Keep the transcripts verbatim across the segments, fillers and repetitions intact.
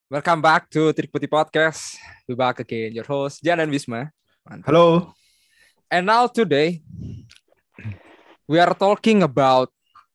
Welcome back to Trik Putih Podcast. We back again, your host Jan and Wisma. Mantap. Halo. And now today we are talking about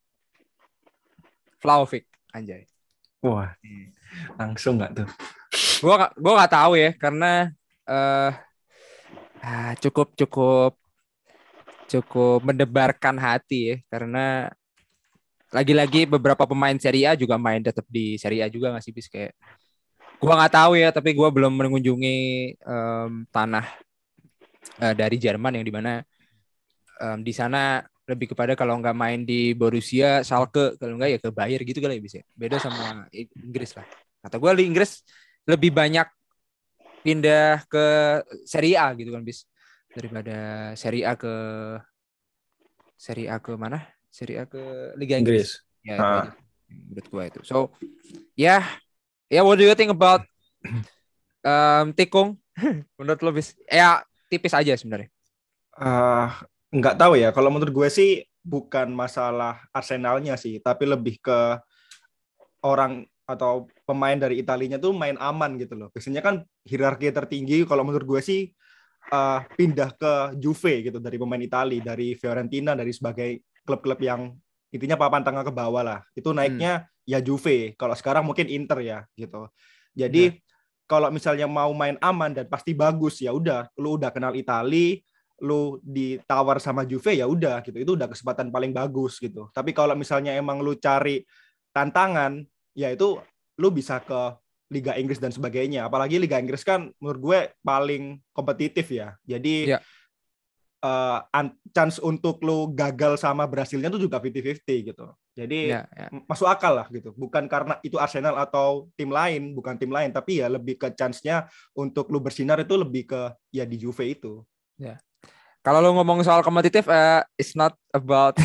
Vlahovic, anjay. Wah, langsung nggak tuh? Gua gak, gua nggak tahu ya, karena uh, ah, cukup cukup cukup mendebarkan hati ya, karena lagi-lagi beberapa pemain Serie A juga main tetap di Serie A juga nggak sih, bis kayak gua nggak tahu ya, tapi gua belum mengunjungi um, tanah uh, dari Jerman yang dimana um, di sana lebih kepada kalau nggak main di Borussia, Schalke, kalau nggak ya ke Bayer gitu kali ya bisa. Beda sama Inggris lah. Kata gue di Inggris lebih banyak pindah ke Serie A gitu kan bis daripada Serie A ke Serie A ke mana? Serie A ke Liga Inggris. Inggris. Ya itu Ah. aja menurut gue itu. So ya, yeah, ya yeah, what do you think about um, tikung? Menurut lo bis? Ya tipis aja sebenarnya. Uh, nggak tahu ya. Kalau menurut gue sih bukan masalah Arsenalnya sih, tapi lebih ke orang atau pemain dari Italinya tuh main aman gitu loh. Biasanya kan hierarki tertinggi kalau menurut gue sih uh, pindah ke Juve gitu dari pemain Itali, dari Fiorentina, dari sebagai klub-klub yang intinya papan tengah ke bawah lah. Itu Hmm. naiknya ya Juve. Kalau sekarang mungkin Inter ya gitu. Ya. Jadi kalau misalnya mau main aman dan pasti bagus ya udah, lu udah kenal Itali, lu ditawar sama Juve ya udah gitu. Itu udah kesempatan paling bagus gitu. Tapi kalau misalnya emang lu cari tantangan, ya itu lu bisa ke Liga Inggris dan sebagainya. Apalagi Liga Inggris kan menurut gue paling kompetitif ya. Jadi Ya. uh, chance untuk lu gagal sama berhasilnya tuh juga lima puluh lima puluh gitu. Jadi Ya. Ya. masuk akal lah gitu. Bukan karena itu Arsenal atau tim lain, bukan tim lain, tapi ya lebih ke chance-nya untuk lu bersinar itu lebih ke ya di Juve itu. Ya. Kalau lo ngomong soal kompetitif, uh, it's not about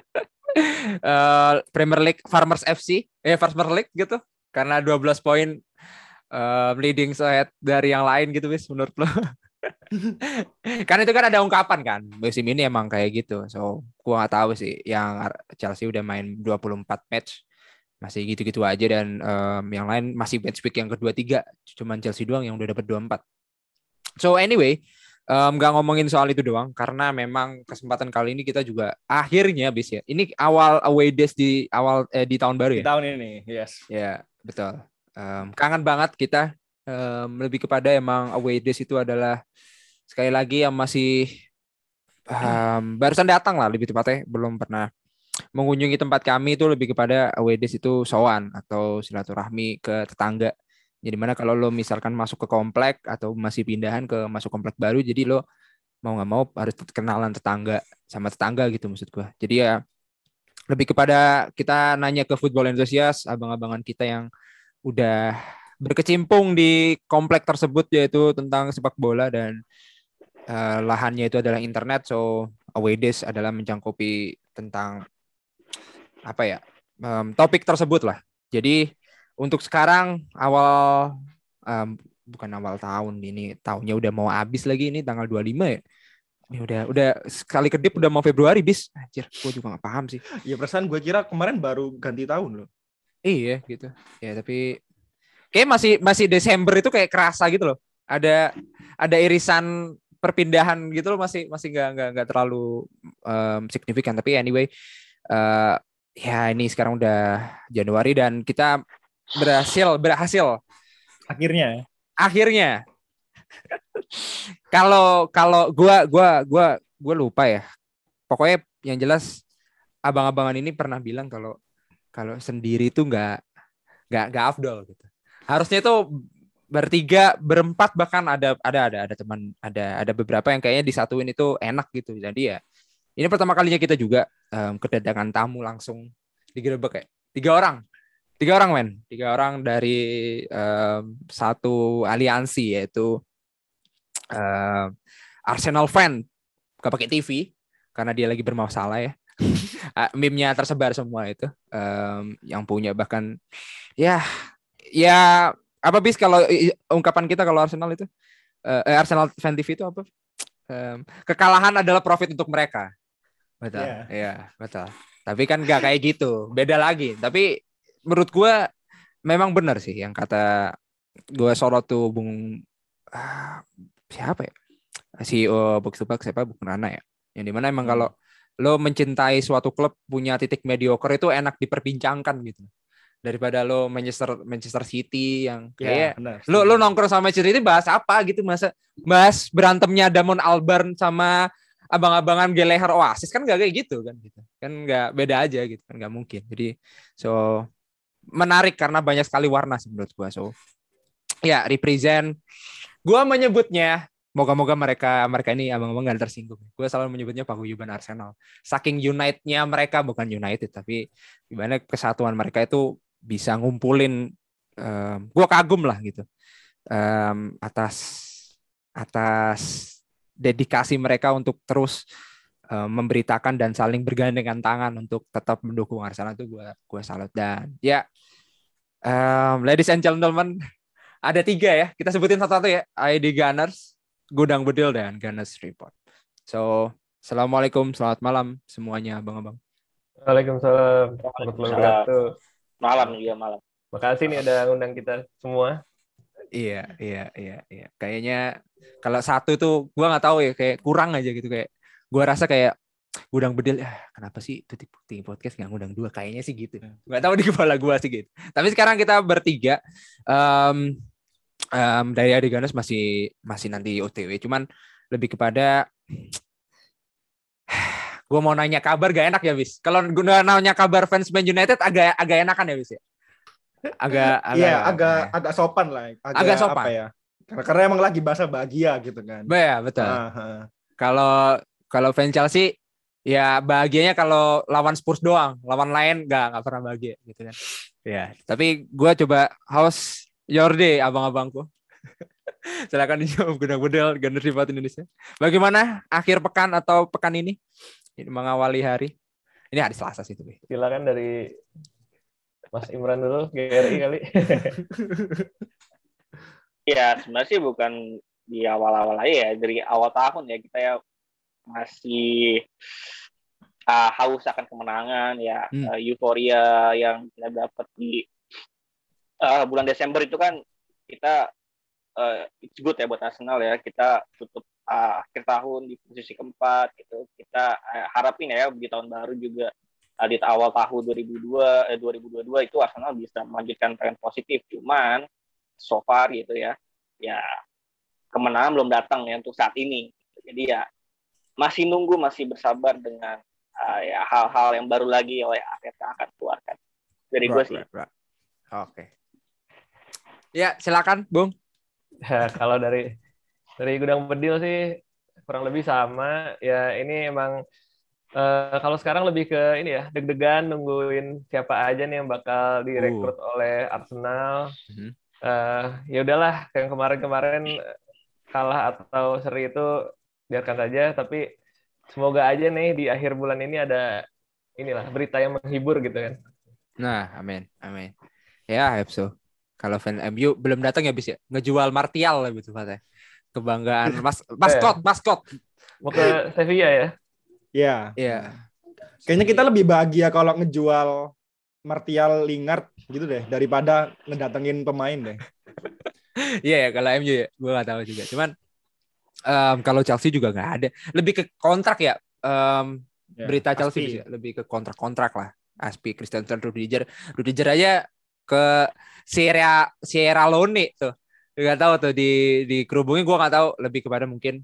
uh, Premier League Farmers F C, eh Farmers League gitu, karena dua belas poin uh, leading ahead dari yang lain gitu, bis menurut lo? Kan itu kan ada ungkapan kan, musim ini emang kayak gitu. So, gua nggak tahu sih, yang Chelsea udah main dua puluh empat match masih gitu-gitu aja, dan um, yang lain masih match week yang kedua tiga, cuman Chelsea doang yang udah dapat dua puluh empat. So anyway, nggak um, ngomongin soal itu doang, karena memang kesempatan kali ini kita juga akhirnya bis ya. Ini awal away days di awal eh, di tahun baru Di ya. tahun ini, yes. Ya betul. Um, kangen banget kita. Um, lebih kepada emang away days itu adalah sekali lagi yang masih um, barusan datang lah, lebih tepatnya belum pernah mengunjungi tempat kami. Itu lebih kepada away days itu sowan atau silaturahmi ke tetangga. Jadi mana kalau lo misalkan masuk ke komplek atau masih pindahan ke masuk komplek baru, jadi lo mau nggak mau harus kenalan tetangga sama tetangga gitu maksud gue. Jadi ya lebih kepada kita nanya ke football enthusiast, abang-abangan kita yang udah berkecimpung di komplek tersebut, yaitu tentang sepak bola, dan uh, lahannya itu adalah internet. So away days adalah mencakupi tentang apa ya, um, topik tersebut lah. Jadi untuk sekarang awal um, bukan awal tahun, ini tahunnya udah mau habis lagi, ini tanggal dua puluh lima ya. Ini udah udah sekali kedip udah mau Februari bis. Anjir, gue juga gak paham sih. Ya perasaan gue kira kemarin baru ganti tahun loh. Iya gitu. Ya tapi kayak masih masih Desember itu kayak kerasa gitu loh. Ada ada irisan perpindahan gitu loh, masih masih nggak nggak nggak terlalu um, signifikan. Tapi anyway, uh, ya ini sekarang udah Januari dan kita berhasil berhasil Akhirnya. akhirnya. Kalau kalau gua gua gua gua lupa ya. Pokoknya yang jelas abang-abangan ini pernah bilang kalau kalau sendiri tuh nggak nggak nggak afdol gitu. Harusnya itu bertiga, berempat, bahkan ada ada ada ada teman, ada ada beberapa yang kayaknya disatuin itu enak gitu. Jadi ya ini pertama kalinya kita juga um, kedatangan tamu langsung digerebek kayak tiga orang. Tiga orang men, tiga orang dari um, satu aliansi, yaitu uh, Arsenal fan, gak pakai T V karena dia lagi bermasalah ya. Meme-nya tersebar semua itu, um, yang punya bahkan ya ya apa bis kalau ungkapan kita kalau Arsenal itu uh, Arsenal fan T V itu apa? Um, kekalahan adalah profit untuk mereka. Betul, Iya. ya betul. Tapi kan gak kayak gitu, beda lagi. Tapi menurut gue memang benar sih yang kata gue sorot tuh Bung ah, siapa ya? C E O Box to Box siapa Bung Rana ya. Yang dimana emang hmm. kalau lo mencintai suatu klub punya titik mediocre itu enak diperbincangkan gitu. Daripada lo Manchester Manchester City yang kayak ya, lo lo nongkrong sama Manchester City bahas apa gitu, masa bahas berantemnya Damon Albarn sama abang-abangan Gallagher Oasis kan nggak kayak gitu kan gitu kan, nggak beda aja gitu kan, nggak mungkin. Jadi so menarik karena banyak sekali warna sih menurut gua. So ya represent, gua menyebutnya moga-moga mereka mereka ini abang-abang nggak tersinggung. Gue selalu menyebutnya paguyuban Arsenal. Saking unite-nya mereka, bukan United tapi gimana kesatuan mereka itu bisa ngumpulin. Um, gue kagum lah gitu um, atas atas dedikasi mereka untuk terus um, memberitakan dan saling bergandengan tangan untuk tetap mendukung Arsenal. Itu gue gue salut. Dan ya um, ladies and gentlemen, ada tiga ya, kita sebutin satu-satu ya. I D Gunners, Gudang Bedil, dan Gunners Report. So assalamualaikum, selamat malam semuanya abang-abang. Waalaikumsalam warahmatullahi wabarakatuh. Malam juga malam. Makasih nih ada undang kita semua. Iya, iya, iya, iya. Kayaknya kalau satu itu gue nggak tahu ya, kayak kurang aja gitu, kayak gue rasa kayak Gudang Bedil, ah, kenapa sih Tutik Putih Podcast nggak ngundang dua? Kayaknya sih gitu. Nggak tahu di kepala gue sih gitu. Tapi sekarang kita bertiga, um, um, dari Adi Ganes masih masih nanti O T W. Cuman lebih kepada gue mau nanya kabar gak enak ya, Bis. Kalau gue nanya kabar fans Man United agak agak enakan ya, Bis ya. Agak agak iya, agak ya. agak sopan lah. Agak, agak sopan. Apa ya? Karena, karena emang lagi bahasa bahagia gitu kan. Ya, betul. Kalau kalau fans Chelsea ya bahagianya kalau lawan Spurs doang, lawan lain nggak nggak pernah bahagia gitu kan. Ya, tapi gue coba host your day abang-abangku. Silakan dijawab Gudang Bedil, Gunners Report Indonesia. Bagaimana akhir pekan atau pekan ini? Ini mengawali hari. Ini hari Selasa sih tuh. Silakan dari Mas Imran dulu, G R I kali. Ya, sebenarnya sih bukan di awal-awal aja ya, dari awal tahun ya kita ya masih uh, haus akan kemenangan ya, hmm. uh, euforia yang kita dapat di uh, bulan Desember itu kan kita uh, it's good ya buat Arsenal ya, kita tutup uh, akhir tahun di posisi keempat gitu. Kita uh, harapin ya di tahun baru juga uh, di awal tahun dua ribu dua, eh, dua ribu dua puluh dua itu Arsenal bisa melanjutkan tren positif. Cuman so far gitu ya, ya kemenangan belum datang ya untuk saat ini. Jadi ya masih nunggu, masih bersabar dengan uh, ya hal-hal yang baru lagi oleh Arteta akan keluarkan. Dari gue sih. Right, right. Oke. Okay. Ya, silakan, Bung. Ya, kalau dari dari Gudang Bedil sih kurang lebih sama. Ya, ini emang uh, kalau sekarang lebih ke ini ya, deg-degan nungguin siapa aja nih yang bakal direkrut uh. oleh Arsenal. Uh-huh. Uh, ya udahlah, yang kemarin-kemarin kalah atau seri itu biarkan saja, tapi semoga aja nih di akhir bulan ini ada inilah berita yang menghibur gitu kan. Nah, amin, amin. Ya, I hope so. Kalau fan M U belum datang ya bis ya, ngejual Martial lah gitu katanya. Kebanggaan mas maskot, maskot. Mau ke Sevilla ya? Iya. Iya. Kayaknya kita lebih bahagia kalau ngejual Martial, Lingard gitu deh daripada ngedatengin pemain deh. Iya ya, kalau M U ya, gue nggak tahu juga. Cuman um, kalau Chelsea juga nggak ada. Lebih ke kontrak ya. Um, ya berita Chelsea bisa, lebih ke kontrak-kontrak lah. Aspi, Christensen, Rudiger, Rudiger aja ke Sierra Sierra Leone tuh. Nggak tahu tuh di di kerubungnya gue nggak tahu. Lebih kepada mungkin.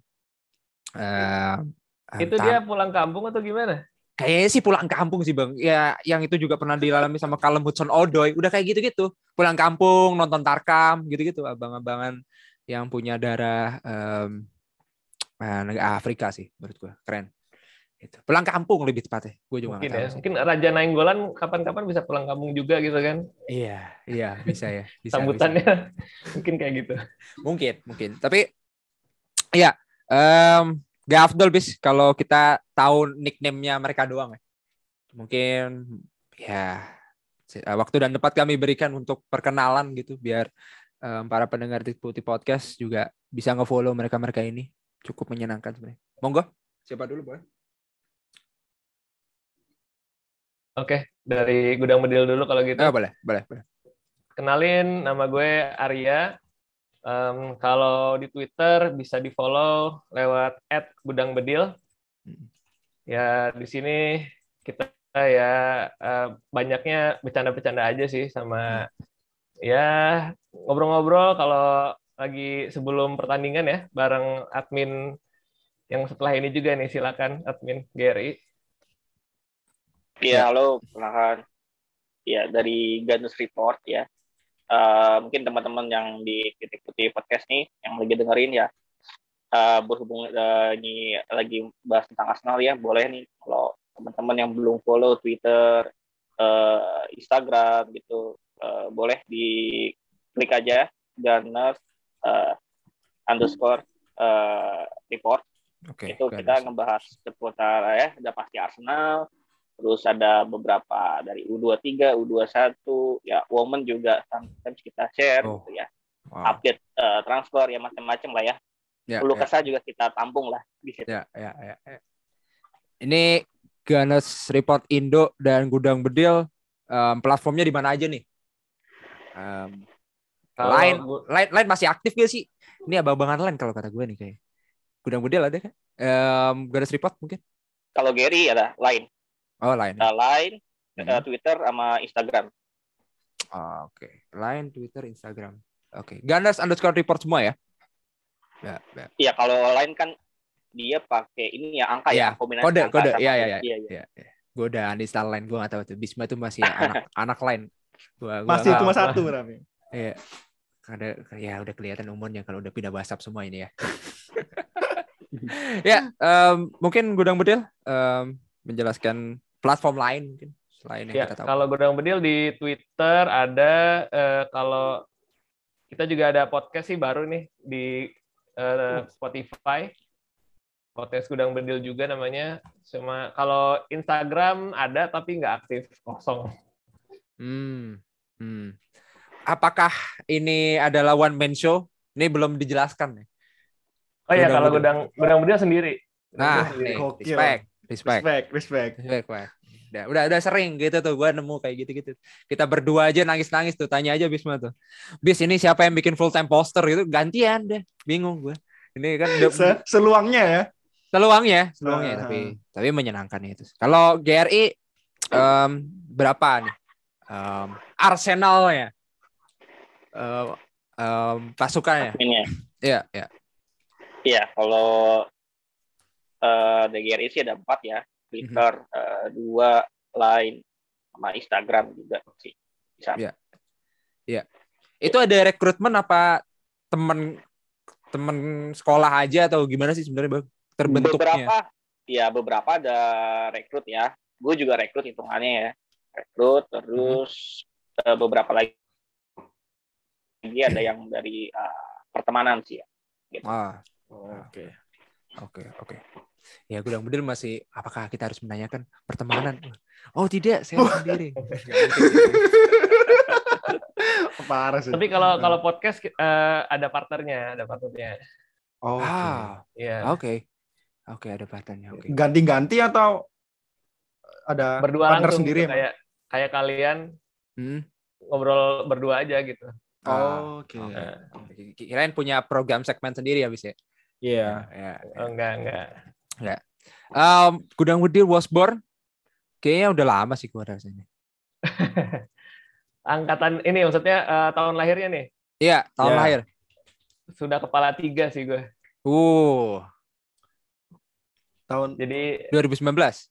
Uh, itu entah. Dia pulang kampung atau gimana? Kayaknya sih pulang kampung sih bang. Ya yang itu juga pernah dialami sama Callum Hudson-Odoi. Udah kayak gitu-gitu. Pulang kampung, nonton Tarkam, gitu-gitu. Abang-abangan yang punya darah um, negara Afrika sih menurut gue. Keren. Itu. Pulang kampung lebih tepatnya. Gue juga mungkin nggak tahu ya. sih. Mungkin Raja Nainggolan kapan-kapan bisa pulang kampung juga gitu kan? Iya, iya bisa ya. Bisa, sambutannya bisa. Mungkin kayak gitu. Mungkin, mungkin. Tapi ya. Um, Gak afdol bis kalau kita tahu nickname-nya mereka doang ya. Mungkin ya waktu dan tempat kami berikan untuk perkenalan gitu biar um, para pendengar Tutik Putih Podcast juga bisa nge-follow mereka-mereka ini. Cukup menyenangkan sebenarnya. Monggo, siapa dulu boleh? Oke, dari Gudang Bedil dulu kalau gitu. Oh, boleh, boleh, boleh. Kenalin, nama gue Arya. Um, kalau di Twitter bisa di follow lewat at gudang bedil. Ya di sini kita ya uh, banyaknya bercanda-bercanda aja sih sama ya ngobrol-ngobrol kalau lagi sebelum pertandingan ya bareng admin yang setelah ini juga nih, silakan admin Gary. Iya, halo, perkenalkan. Ya dari Ganus Report ya. Uh, mungkin teman-teman yang diikuti podcast nih yang lagi dengerin ya uh, berhubung uh, ini lagi bahas tentang Arsenal ya, boleh nih kalau teman-teman yang belum follow Twitter, uh, Instagram gitu, uh, boleh diklik aja Gunners uh, underscore uh, report. Okay, itu kita ngebahas seputar ya, udah pasti Arsenal. Terus ada beberapa dari U dua puluh tiga, U dua puluh satu, ya women juga sometimes kita share oh. gitu ya. Wow. Update uh, transfer ya macam-macam lah ya. Ya Lukas ya. juga kita tampung lah di situ. Ya, ya, ya, ya. Ini Gunners Report Indo dan Gudang Bedil um, platformnya di mana aja nih? Um, line, line, line masih aktif gak sih? Ini abang-abangan line kalau kata gue nih kayak. Gudang Bedil ada kan? Um, Gunners Report mungkin? Kalau Gary ada line. Oh, Line. Uh, Line, hmm. Twitter, sama Instagram. Oh, Oke, okay. Line, Twitter, Instagram. Oke, okay. Gunners underscore report semua ya? Ya, ya. Iya, kalau Line kan dia pakai ini ya angka ya, ya kombinasi kode, angka kode. Iya, iya, iya. Ya, ya. Gue udah uninstall Line, gue nggak tahu tuh. Bisma itu masih anak anak Line. Gua, gua masih cuma satu, Rami. Iya. Ada ya udah kelihatan umurnya kalau udah pindah WhatsApp semua ini ya. Ya, um, mungkin Gudang Bedil um, menjelaskan platform lain mungkin selain yang ya, kita tahu. Kalau Gudang Bedil di Twitter ada, eh, kalau kita juga ada podcast sih baru nih di eh, Spotify. Podcast Gudang Bedil juga namanya. Cuma kalau Instagram ada tapi nggak aktif, kosong. Hmm. Hmm. Apakah ini adalah one man show? Ini belum dijelaskan nih. Oh ya, kalau Gudang Gudang Bedil sendiri. Nah, nih, respect. Respect. Respect, respect. Respect, Pak. Udah, udah, udah sering gitu tuh gue nemu kayak gitu-gitu. Kita berdua aja nangis-nangis tuh, tanya aja Bisma tuh. Bis ini siapa yang bikin full time poster gitu? Gantian deh. Bingung gue. Ini kan Se- seluangnya ya. Seluangnya, seluangnya uh, tapi uh. tapi menyenangkan itu. Kalau G R I um, berapa nih? Um, Arsenalnya. Um, um, pasukannya. Iya, iya. Iya, kalau Uh, di G R I sih ada empat ya, Twitter mm-hmm. uh, dua, Line, sama Instagram juga sih. Bisa. Iya. Iya. Itu ada rekrutmen apa teman teman sekolah aja atau gimana sih sebenarnya Bang? Terbentuknya? Beberapa, ya beberapa ada rekrut ya. Gue juga rekrut hitungannya ya. Rekrut terus mm-hmm. uh, beberapa lagi ada yang dari uh, pertemanan sih ya. Gitu. Ah, oke. Okay. Oke, okay, oke. Okay. Ya Gudang Bedil masih, apakah kita harus menanyakan pertemanan? Oh tidak, saya sendiri. Parah sih. Tapi kalau kalau podcast uh, ada partnernya, ada partnernya. Oh, ah, ya. Oke, oke ada partnernya. Okay. Ganti-ganti atau ada berdua partner langsung sendiri? Gitu, kayak kayak kalian hmm? ngobrol berdua aja gitu. Oh, oke. Okay. Uh, Kirain punya program segmen sendiri ya, bis ya? Iya. Yeah. Ya, oh, enggak, enggak. Enggak. Um, Gudang Bedil was born kayaknya udah lama sih gua rasanya. Angkatan ini maksudnya uh, tahun lahirnya nih? Iya, tahun yeah. lahir. Sudah kepala tiga sih gue. Uh. Tahun jadi dua ribu sembilan belas.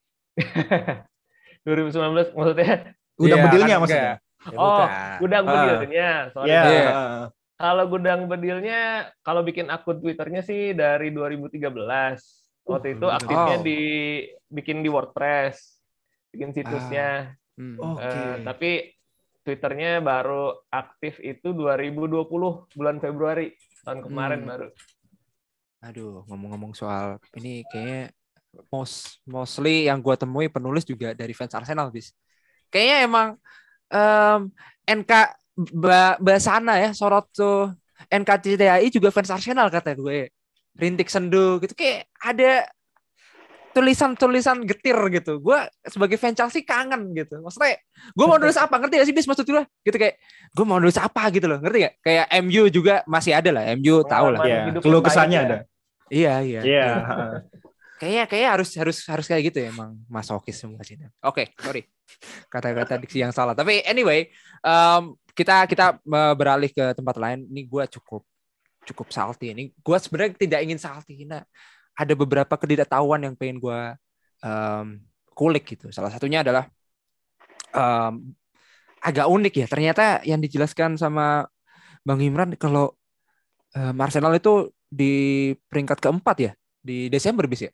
dua ribu sembilan belas maksudnya? Gudang yeah, Bedilnya kan maksudnya. Ya, oh, Gudang uh. Bedilnya. Sorry. Yeah. Yeah. Kalau Gudang Bedilnya, kalau bikin akun Twitternya sih dari dua ribu tiga belas. Waktu itu aktifnya oh. di bikin di WordPress, bikin situsnya. Ah. Hmm. Uh, okay. Tapi Twitternya baru aktif itu dua ribu dua puluh bulan Februari tahun kemarin hmm. baru. Aduh, ngomong-ngomong soal ini kayaknya most, mostly yang gue temui penulis juga dari fans Arsenal, bis. Kayaknya emang um, N K Basana ya, sorot tuh N K C T A I juga fans Arsenal kata gue. Rintik sendu gitu kayak ada tulisan-tulisan getir gitu. Gue sebagai fans Chelsea kangen gitu. Maksudnya gue mau nulis apa? Ngerti gak sih bis maksud gue? Gitu kayak gue mau nulis apa gitu loh. Ngerti gak? Kayak M U juga masih ada lah. M U tahu lah. Iya, keluh kesahnya ada. Iya, iya. Iya. Kayaknya kayaknya harus harus harus kayak gitu ya, emang masokis semua sih. Oke, okay, sorry. Kata-kata diksi yang salah. Tapi anyway, um, kita kita beralih ke tempat lain. Ini gue cukup cukup salty. Ini gue sebenarnya tidak ingin salty. Nah, ada beberapa ketidaktahuan yang pengen gue um, kulik gitu. Salah satunya adalah um, agak unik ya. Ternyata yang dijelaskan sama Bang Imran kalau um, Arsenal itu di peringkat keempat ya di Desember bis ya.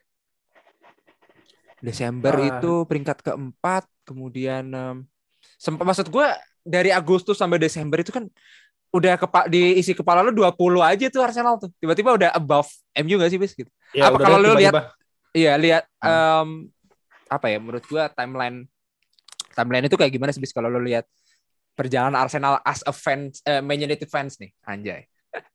Desember uh. itu peringkat keempat. Kemudian um, sempat maksud gue dari Agustus sampai Desember itu kan udah kepa- diisi kepala lu dua puluh aja tuh Arsenal tuh. Tiba-tiba udah above M U gak sih bis gitu. Ya, apa kalau lu lihat iya lihat um, apa ya menurut gua timeline timeline itu kayak gimana sih bis kalau lu lihat perjalanan Arsenal as a fans uh, Man United fans nih anjay.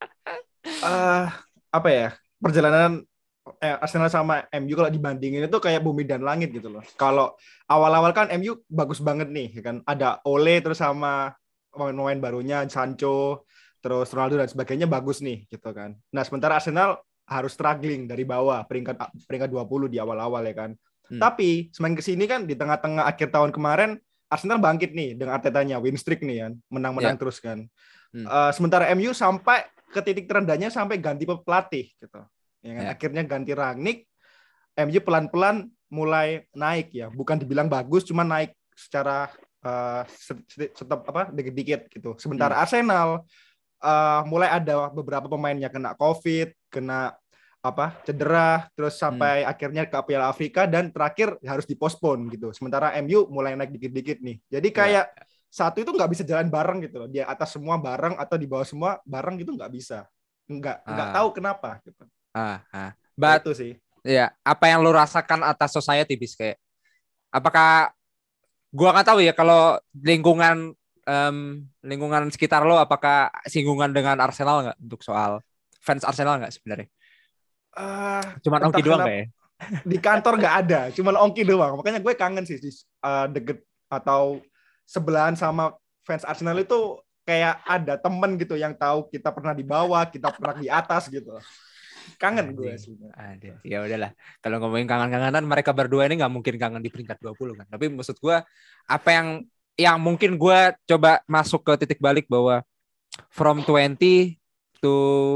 uh, apa ya perjalanan eh, Arsenal sama M U kalau dibandingin itu kayak bumi dan langit gitu loh. Kalau awal-awal kan M U bagus banget nih kan ada Ole terus sama pemain-pemain barunya Sancho terus Ronaldo dan sebagainya bagus nih gitu kan. Nah sementara Arsenal harus struggling dari bawah peringkat peringkat dua puluh di awal-awal ya kan. Hmm. Tapi semakin kesini kan di tengah-tengah akhir tahun kemarin Arsenal bangkit nih dengan Artetanya win streak nih kan menang-menang yeah. terus kan. Hmm. Uh, sementara M U sampai ke titik terendahnya sampai ganti pelatih gitu. Ya kan? Yeah. Akhirnya ganti Rangnick, M U pelan-pelan mulai naik ya. Bukan dibilang bagus, cuma naik secara uh, setep apa dikit-dikit gitu. Sementara hmm. Arsenal uh, mulai ada beberapa pemainnya kena COVID, kena apa cedera, terus sampai hmm. akhirnya ke Piala Afrika dan terakhir harus dipospon gitu. Sementara M U mulai naik dikit-dikit nih. Jadi kayak yeah. satu itu nggak bisa jalan bareng gitu loh. Di atas semua bareng atau di bawah semua bareng gitu nggak bisa. Nggak ah. nggak tahu kenapa gitu. Ah, ah. But, itu sih. Ya, apa yang lo rasakan atas society bis kayak? Apakah gua nggak tahu ya kalau lingkungan um, lingkungan sekitar lo apakah singgungan dengan Arsenal nggak untuk soal fans Arsenal nggak sebenarnya? Uh, Cuman Ongki doang kayak. Di kantor nggak ada, cuman Ongki doang. Makanya gue kangen sih uh, deket atau sebelahan sama fans Arsenal itu kayak ada temen gitu yang tahu kita pernah di bawah, kita pernah di atas gitu. Kangen gue sih. Ada. Ya udahlah. Kalau ngomongin kangen-kangenan mereka berdua ini nggak mungkin kangen di peringkat dua puluh kan. Tapi maksud gue apa yang yang mungkin gue coba masuk ke titik balik bahwa from twenty to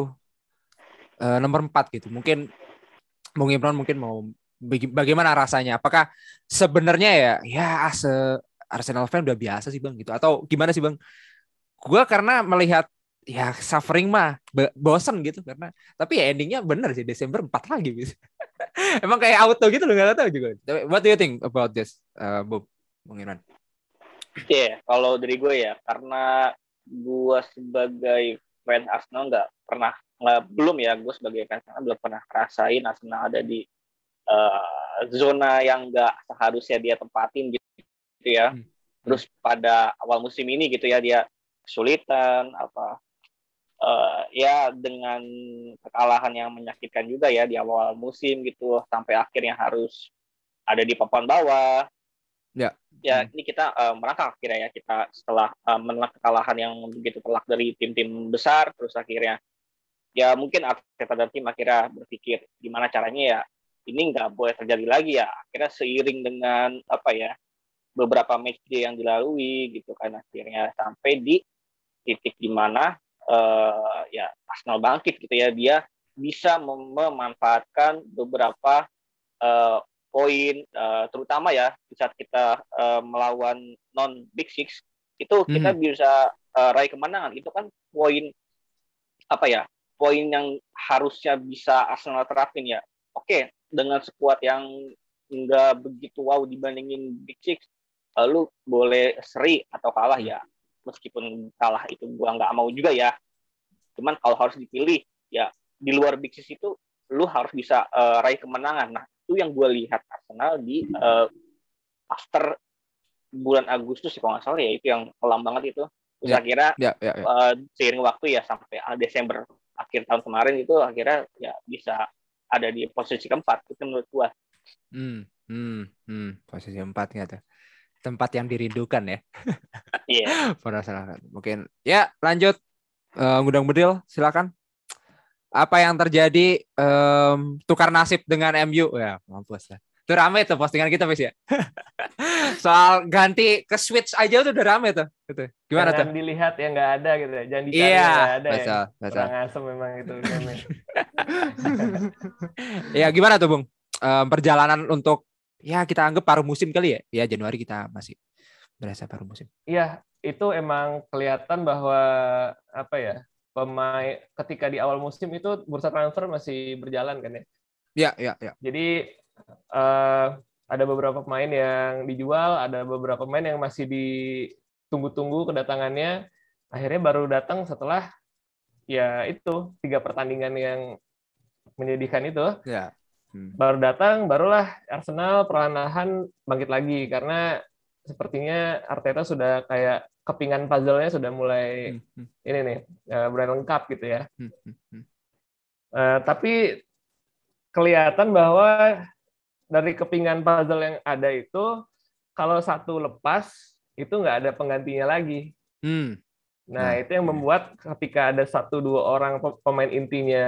uh, nomor empat gitu. Mungkin Bung Imran mungkin mau bagaimana rasanya? Apakah sebenarnya ya ya as Arsenal fan udah biasa sih Bang gitu atau gimana sih Bang? Gue karena melihat ya suffering mah bosen gitu karena tapi ya endingnya bener sih Desember empat lagi gitu. Emang kayak auto gitu loh nggak tahu juga. What do you think about this, uh, Bob, Bung Irwan? Iya, yeah, kalau dari gue ya karena gue sebagai fans Arsenal nggak pernah nggak belum ya gue sebagai fans Arsenal belum pernah rasain Arsenal ada di uh, zona yang nggak seharusnya dia tempatin gitu, gitu ya. Hmm. Terus pada awal musim ini gitu ya dia kesulitan apa. Uh, ya dengan kekalahan yang menyakitkan juga ya di awal musim gitu sampai akhirnya harus ada di papan bawah. Ya. Ya ini kita uh, merangkak akhirnya ya kita setelah uh, menang kekalahan yang begitu telak dari tim-tim besar terus akhirnya ya mungkin Arteta dan tim akhirnya berpikir gimana caranya ya ini nggak boleh terjadi lagi ya akhirnya seiring dengan apa ya beberapa match day yang dilalui gitu kan akhirnya sampai di titik di mana Uh, ya Arsenal bangkit gitu ya dia bisa mem- memanfaatkan beberapa uh, poin uh, terutama ya di saat kita uh, melawan non Big Six itu hmm. kita bisa uh, raih kemenangan itu kan poin apa ya poin yang harusnya bisa Arsenal terapin ya oke dengan skuad yang enggak begitu wow dibandingin Big Six uh, lu boleh seri atau kalah ya meskipun kalah itu gua nggak mau juga ya. Cuman kalau harus dipilih ya di luar Big Six itu lu harus bisa uh, raih kemenangan. Nah itu yang gue lihat Arsenal di uh, after bulan Agustus kalau nggak salah ya itu yang kelam banget itu. Terus yeah, akhirnya yeah, yeah, yeah. Uh, seiring waktu ya sampai Desember akhir tahun kemarin itu akhirnya ya bisa ada di posisi keempat itu menurut gue. Hmm, hmm, hmm. Posisi empat nggak tuh? Tempat yang dirindukan ya. Iya. Pada salah mungkin. Ya lanjut. Uh, Gudang Bedil, silakan. Apa yang terjadi um, tukar nasib dengan M U? Ya mampus lah. Itu rame tuh postingan kita Bis ya. Soal ganti ke switch aja tuh udah rame tuh. Gitu. Gimana Jangan tuh? dilihat yang nggak ada gitu ya. Jangan dicari Iya, yang nggak ada betul, ya. betul. Kurang asem memang itu. Ya gimana tuh Bung? Um, perjalanan untuk ya kita anggap paruh musim kali ya. Ya Januari kita masih berasa paruh musim. Iya, itu emang kelihatan bahwa apa ya? Pemain ketika di awal musim itu bursa transfer masih berjalan kan ya. Iya, iya, iya. Jadi uh, ada beberapa pemain yang dijual, ada beberapa pemain yang masih ditunggu-tunggu kedatangannya. Akhirnya baru datang setelah ya itu tiga pertandingan yang menyedihkan itu. Ya. Hmm. Baru datang, barulah Arsenal perlahan-lahan bangkit lagi karena sepertinya Arteta sudah kayak kepingan puzzle-nya sudah mulai hmm, hmm. ini nih mulai lengkap gitu ya. Hmm, hmm. Uh, tapi kelihatan bahwa dari kepingan puzzle yang ada itu kalau satu lepas itu nggak ada penggantinya lagi. Hmm. Nah, nah itu yang membuat ketika ada satu dua orang pemain intinya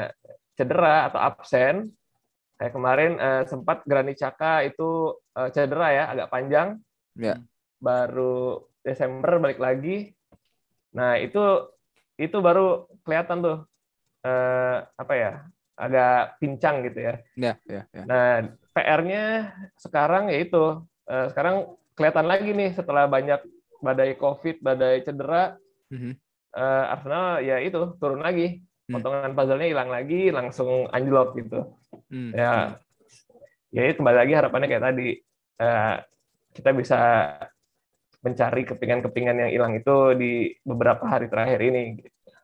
cedera atau absen, kayak kemarin uh, sempat Granit Xhaka itu uh, cedera ya agak panjang. Ya. Baru Desember balik lagi. Nah, itu itu baru kelihatan tuh eh, apa ya? Agak pincang gitu ya. Ya, ya, ya. Nah, P R-nya sekarang yaitu eh, sekarang kelihatan lagi nih setelah banyak badai Covid, badai cedera, mm-hmm. eh, Arsenal ya itu turun lagi. Potongan puzzle-nya hilang lagi, langsung anjlok gitu. Mm-hmm. Ya, ya kembali lagi harapannya kayak tadi eh, kita bisa mencari kepingan-kepingan yang hilang itu di beberapa hari terakhir ini.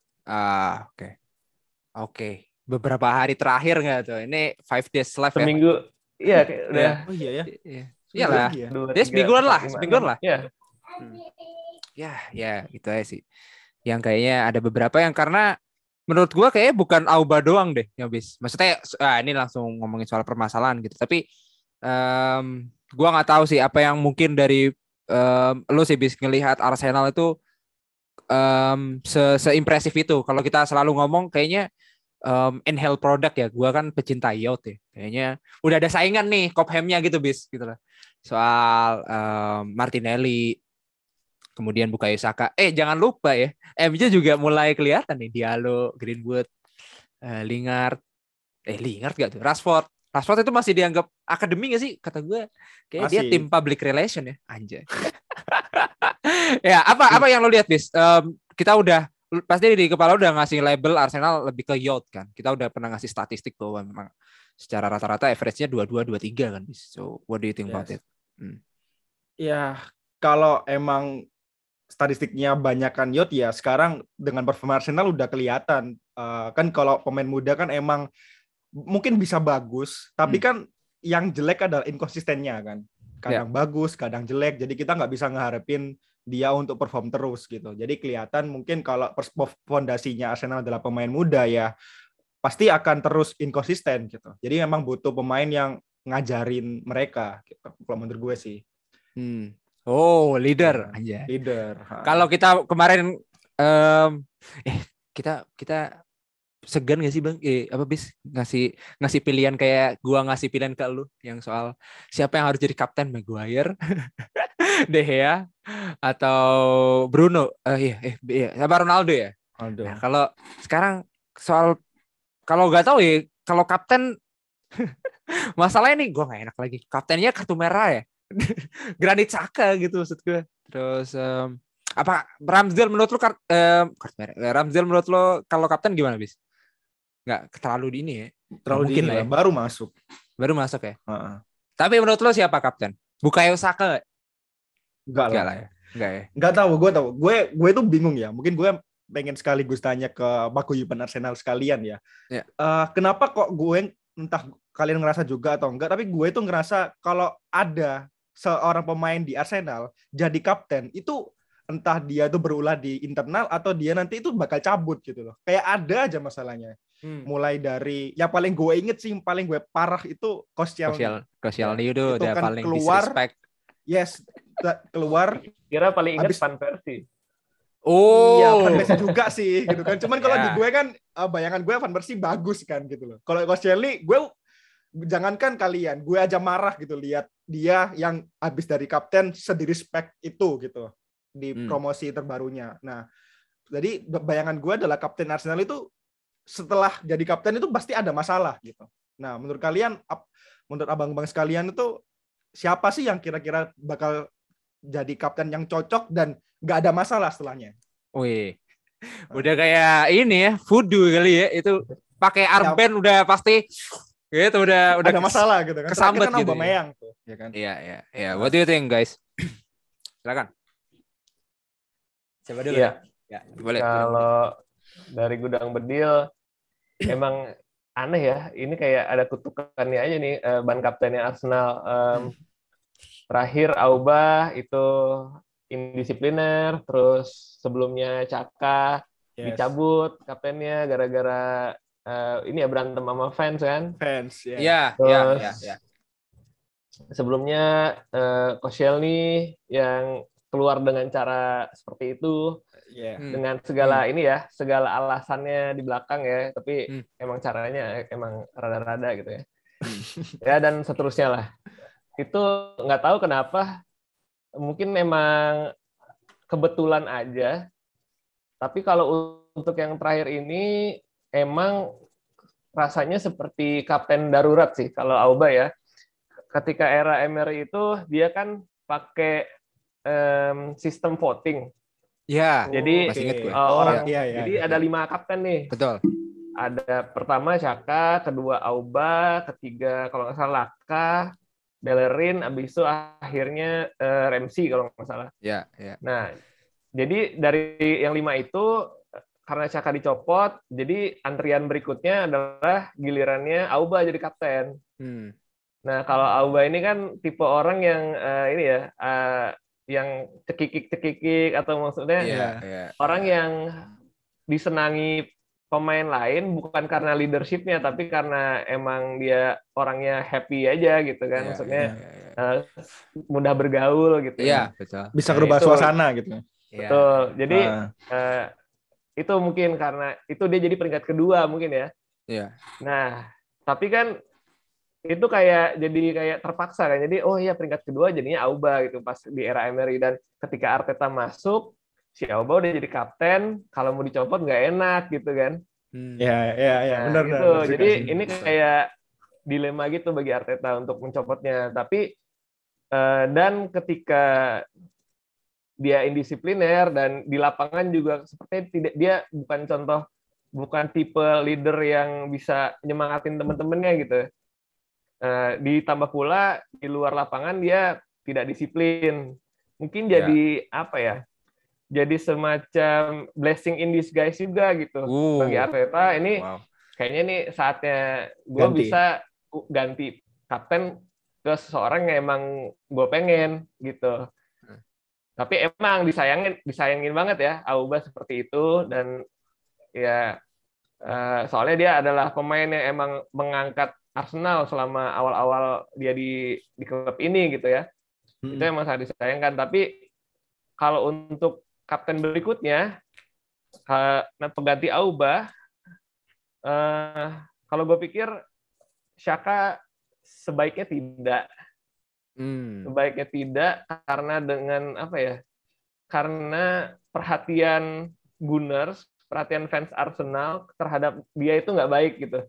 Ah, oke. Okay. Oke. Okay. Beberapa hari terakhir nggak tuh? Ini five days live ya? Seminggu. Iya, kayak udah. Oh iya ya. Iya lah. Dia semingguan lah, semingguan lah. Iya. Hmm. Ya, ya, gitu aja sih. Yang kayaknya ada beberapa yang karena menurut gua kayaknya bukan Auba doang deh yang bis. Maksudnya ah, ini langsung ngomongin soal permasalahan gitu. Tapi um, gua nggak tahu sih apa yang mungkin dari Um, lo sih bis ngelihat Arsenal itu um, se seimpresif itu. Kalau kita selalu ngomong kayaknya um, inhale product ya. Gua kan pecinta yacht ya. Kayaknya udah ada saingan nih Cobhamnya gitu bis gitu lah. Soal um, Martinelli, kemudian Bukayo Saka. Eh jangan lupa ya, M U juga mulai kelihatan nih Diallo, Greenwood, uh, Lingard. Eh Lingard gak tuh? Rashford. Rashford itu masih dianggap akademi nggak sih? Kata gue, kayak dia tim public relation ya, anjay. Ya, apa apa yang lo lihat, bis? Um, kita udah pasti di kepala udah ngasih label Arsenal lebih ke yacht kan. Kita udah pernah ngasih statistik bahwa memang secara rata-rata average-nya dua dua dua tiga kan, bis. So, what do you think yes. about it? Hmm. Ya, kalau emang statistiknya banyakan yacht ya, sekarang dengan performa Arsenal udah kelihatan. Uh, kan kalau pemain muda kan emang mungkin bisa bagus, tapi hmm. kan yang jelek adalah inkonsistennya kan. Kadang yeah. bagus, kadang jelek. Jadi kita nggak bisa ngeharapin dia untuk perform terus gitu. Jadi kelihatan mungkin kalau fondasinya Arsenal adalah pemain muda ya, pasti akan terus inkonsisten gitu. Jadi memang butuh pemain yang ngajarin mereka gitu. Kalau menurut gue sih. Hmm. Oh, leader aja. Leader. Kalau kita kemarin um, eh kita kita segan gak sih bang? Eh apa bis ngasih ngasih pilihan kayak gua ngasih pilihan ke lu yang soal siapa yang harus jadi kapten, Maguire, De Gea atau Bruno? Uh, iya, eh iya, sama Ronaldo ya. Ronaldo. Nah, kalau sekarang soal kalau nggak tahu ya kalau kapten masalahnya nih gua nggak enak lagi. Kaptennya kartu merah ya, Granit Xhaka gitu maksud gue. Terus um, apa Ramsdale menurut lu kart, um, kartu merah? Ramsdale menurut lo kalau kapten gimana bis? Nggak terlalu di ini ya, terlalu mungkin lah ya. Baru masuk, baru masuk ya. Uh-uh. Tapi menurut lo siapa kapten? Bukayo Saka? Enggak lah. lah ya. Enggak ya. Enggak tahu, gue tahu. Gue gue tuh bingung ya. Mungkin gue pengen sekaligus tanya ke paguyuban Arsenal sekalian ya. ya. Uh, kenapa kok gue entah kalian ngerasa juga atau enggak, tapi gue tuh ngerasa kalau ada seorang pemain di Arsenal jadi kapten itu entah dia tuh berulah di internal atau dia nanti itu bakal cabut gitu loh. Kayak ada aja masalahnya. Hmm. Mulai dari yang paling gue inget sih, yang paling gue parah itu Koscielny. Koscielny itu udah kan paling keluar, disrespect. Yes, keluar. Kira paling inget abis, Van Persie. Oh, iya Van Persie juga sih, gitu kan. Cuman kalau yeah. di gue kan bayangan gue Van Persie bagus kan, gitu loh. Kalau Koscielny, gue jangankan kalian, gue aja marah gitu lihat dia yang habis dari kapten sedirespect itu gitu di hmm. promosi terbarunya. Nah, jadi bayangan gue adalah kapten Arsenal itu setelah jadi kapten itu pasti ada masalah gitu. Nah, menurut kalian, menurut abang-abang sekalian itu siapa sih yang kira-kira bakal jadi kapten yang cocok dan nggak ada masalah setelahnya? Wih, udah kayak ini ya, voodoo kali ya, itu pakai armband ya, udah pasti gitu, udah udah ada masalah gitu kan. Kesambet kan gitu. Aubameyang Ya. tuh, ya kan? Iya, iya, iya. What do you think, guys? Silakan. Coba dulu ya. Ya, boleh. Kalau dari Gudang Bedil emang aneh ya. Ini kayak ada kutukannya aja nih, ban kaptennya Arsenal. Um, terakhir Auba itu indisipliner, terus sebelumnya Caka yes. dicabut kaptennya gara-gara uh, ini ya berantem sama fans kan? Fans, ya. Iya, iya, iya. Sebelumnya uh, Koscielny yang keluar dengan cara seperti itu. Yeah. Dengan segala hmm. ini ya, segala alasannya di belakang ya, tapi hmm. emang caranya emang rada-rada gitu ya. Ya dan seterusnya lah. Itu nggak tahu kenapa, mungkin memang kebetulan aja. Tapi kalau untuk yang terakhir ini emang rasanya seperti kapten darurat sih kalau Auba ya. Ketika era Emery itu dia kan pakai um, sistem voting. Ya, jadi masih ingat gue. Uh, orang, oh, iya, iya, jadi iya. ada lima kapten nih. Betul. Ada pertama Xhaka, kedua Auba, ketiga kalau nggak salah Laka, Bellerin, abis itu akhirnya uh, Ramsey kalau nggak salah. Ya, ya. Nah, jadi dari yang lima itu karena Xhaka dicopot, jadi antrian berikutnya adalah gilirannya Auba jadi kapten. Hmm. Nah, kalau Auba ini kan tipe orang yang uh, ini ya. Uh, yang cekikik-cekikik atau maksudnya yeah, yeah, orang yeah. yang disenangi pemain lain bukan karena leadership-nya tapi karena emang dia orangnya happy aja gitu kan yeah, maksudnya yeah, yeah, yeah. Uh, mudah bergaul gitu yeah, ya. Betul. Bisa berubah nah, suasana gitu. Betul. Yeah. Jadi uh. Uh, itu mungkin karena itu dia jadi peringkat kedua mungkin ya. Yeah. Nah, tapi kan itu kayak jadi kayak terpaksa kan, jadi oh iya peringkat kedua jadinya Auba gitu pas di era Emery, dan ketika Arteta masuk si Auba udah jadi kapten, kalau mau dicopot nggak enak gitu kan. Hmm. Ya ya ya nah, benar gitu. benar. Jadi ini kayak dilema gitu bagi Arteta untuk mencopotnya, tapi uh, dan ketika dia indisipliner dan di lapangan juga sepertinya tidak, dia bukan contoh, bukan tipe leader yang bisa nyemangatin teman-temannya gitu. Uh, ditambah pula di luar lapangan dia tidak disiplin. Mungkin jadi ya. apa ya? Jadi semacam blessing in disguise juga gitu uh. bagi Arteta. Ini wow. kayaknya nih saatnya gue bisa ganti kapten ke seseorang yang emang gue pengen gitu. Hmm. Tapi emang disayangin, disayangin banget ya Auba seperti itu, dan ya uh, soalnya dia adalah pemain yang emang mengangkat Arsenal selama awal-awal dia di di klub ini gitu ya. Hmm. Itu emang sangat disayangkan. Tapi kalau untuk kapten berikutnya, nah pengganti Auba, uh, kalau gue pikir Xhaka sebaiknya tidak. Hmm. Sebaiknya tidak karena dengan apa ya? Karena perhatian Gunners, perhatian fans Arsenal terhadap dia itu nggak baik gitu.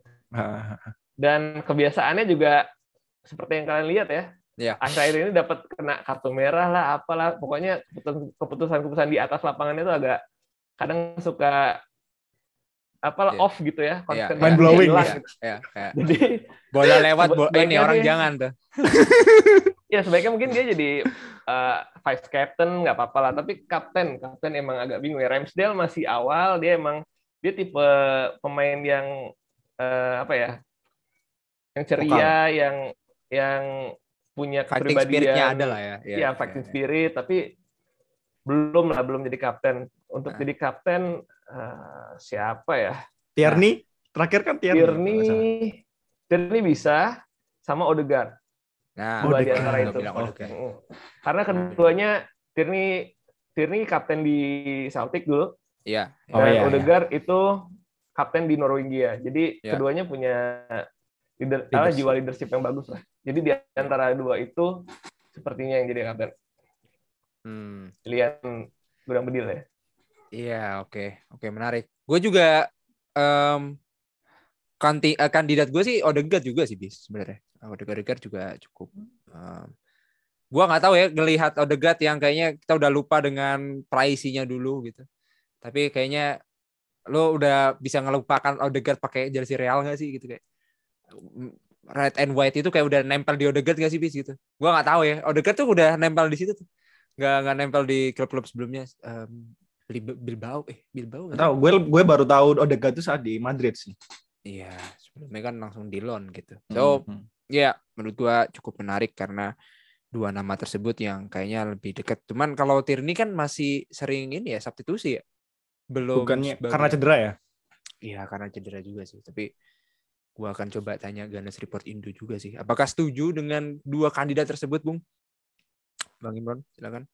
Dan kebiasaannya juga seperti yang kalian lihat ya, yeah. akhir-akhir ini dapat kena kartu merah lah, apalah, pokoknya keputusan-keputusan di atas lapangan itu agak kadang suka apalah yeah. off gitu ya, yeah. mind blowing ya. Gitu. Yeah. Yeah. Jadi bola lewat, bo ini orang sih, jangan tuh. Ya sebaiknya mungkin dia jadi uh, vice captain nggak apa-apa lah, tapi kapten, kapten emang agak bingung ya. Ramsdale masih awal, dia emang dia tipe pemain yang uh, apa ya? yang ceria, Vokal. yang yang punya fighting kepribadian, spirit-nya ada lah ya. Ya, ya fighting ya, spirit, ya. Tapi belum lah, belum jadi kapten. Untuk nah. jadi kapten uh, siapa ya? Tierney? Terakhir kan Tierney. Tierney, Tierney bisa sama Odegaard. Nah, dua Odegaard. di antara itu. Odegaard. Oh. Karena keduanya Tierney Tierney kapten di Celtic dulu. Iya. Dan Oh, iya, Odegaard iya. itu kapten di Norwegia. Jadi ya. keduanya punya leader, leadership. ah, jiwa leadership yang bagus lah. Jadi di antara dua itu sepertinya yang jadi kapten. Hmm. Lihat Gudang Bedil ya. Iya, oke. Oke, menarik. Gue juga um, kanti, uh, kandidat gue sih Odegaard juga sih, bis sebenarnya. Odegaard juga cukup. Um, gue nggak tahu ya, ngelihat Odegaard yang kayaknya kita udah lupa dengan praisinya dulu gitu. Tapi kayaknya lo udah bisa ngelupakan Odegaard pakai jersey Real nggak sih gitu kayak red and white itu kayak udah nempel di Odegaard nggak sih bis gitu. Gue nggak tahu ya. Odegaard tuh udah nempel di situ tuh. Nggak nggak nempel di klub-klub sebelumnya. Um, Bilbao eh Bilbao nggak tahu. Gue gue baru tahu Odegaard itu saat di Madrid sih. Iya, sebelumnya kan langsung di loan gitu. So, mm-hmm. ya menurut gue cukup menarik karena dua nama tersebut yang kayaknya lebih dekat. Cuman kalau Tierney kan masih sering ini ya substitusi ya. Belum bukannya sebagai... karena cedera ya? Iya, karena cedera juga sih. Tapi gue akan coba tanya Ganas Report Indo juga sih. Apakah setuju dengan dua kandidat tersebut, Bung? Bang Imron, silakan.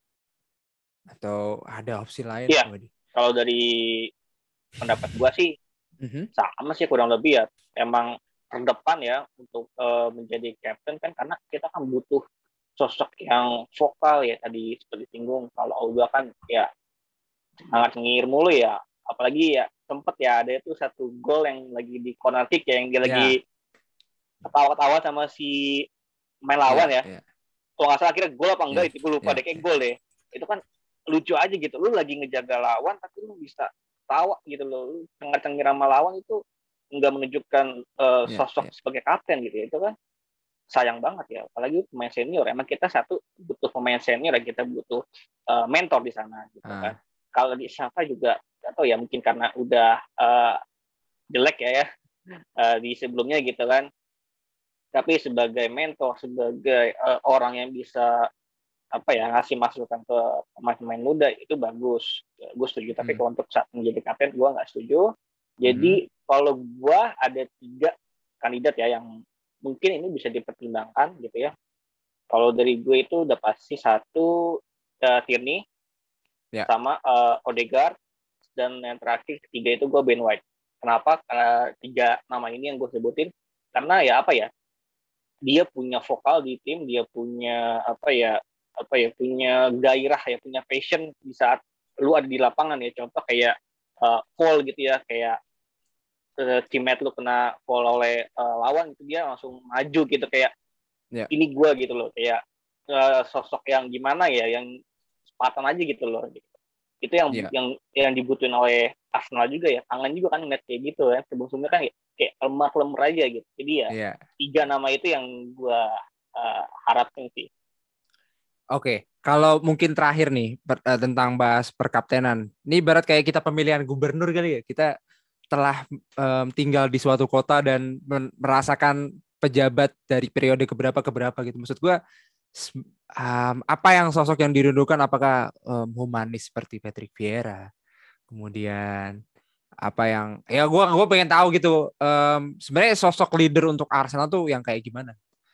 Atau ada opsi lain? Iya. Kalau dari pendapat gue sih mm-hmm. sama sih kurang lebih ya. Emang terdepan ya untuk uh, menjadi captain kan karena kita kan butuh sosok yang vokal ya tadi seperti singgung. Kalau Auba kan ya sangat ngir mulu ya. Apalagi ya sempet ya ada itu satu gol yang lagi di corner kick ya yang dia yeah. lagi ketawa-ketawa sama si main lawan yeah, ya. Yeah. Kalau nggak salah akhirnya gol apa enggak yeah. itu gue lupa yeah. deh kayak gol deh. Itu kan lucu aja gitu. Lu lagi ngejaga lawan tapi lu bisa tawa gitu loh. Lu cengir-cengir sama lawan itu nggak menunjukkan uh, sosok yeah, yeah. sebagai kapten gitu ya. Itu kan sayang banget ya. Apalagi pemain senior. Emang kita satu butuh pemain senior ya kita butuh uh, mentor di sana gitu uh. kan. Kalau di Saka juga atau ya mungkin karena udah uh, jelek ya ya uh, di sebelumnya gitu kan. Tapi sebagai mentor, sebagai uh, orang yang bisa apa ya ngasih masukan ke pemain-pemain muda itu bagus. Ya, gue setuju. Tapi hmm. kalau untuk saat menjadi kapten gue nggak setuju. Jadi hmm. kalau gue ada tiga kandidat ya yang mungkin ini bisa dipertimbangkan gitu ya. Kalau dari gue itu udah pasti satu uh, Tierney ya. sama uh, Odegaard. Dan yang terakhir ketiga itu gue Ben White. Kenapa? Karena tiga nama ini yang gue sebutin karena ya apa ya dia punya vokal di tim, dia punya apa ya apa ya punya gairah ya punya passion di saat lu ada di lapangan ya. Contoh kayak uh, foul gitu ya kayak uh, teammate lu kena foul oleh uh, lawan itu dia langsung maju gitu kayak yeah. ini gue gitu loh kayak uh, sosok yang gimana ya yang Spartan aja gitu loh. Gitu. Itu yang yeah. yang yang dibutuhin oleh Arsenal juga ya. Kangen juga kan ngeliat kayak gitu ya. Sebelum-sebelumnya kan kayak lemah-lemah aja gitu. Jadi ya yeah. tiga nama itu yang gue uh, harapin sih. Oke, okay. Kalau mungkin terakhir nih per, uh, tentang bahas perkaptenan. Ini ibarat kayak kita pemilihan gubernur kali ya. Kita telah um, tinggal di suatu kota dan men- merasakan pejabat dari periode keberapa keberapa gitu. Maksud gue Um, apa yang sosok yang dirindukan apakah um, humanis seperti Patrick Vieira kemudian apa yang ya gue gue pengen tahu gitu um, sebenarnya sosok leader untuk Arsenal tuh yang kayak gimana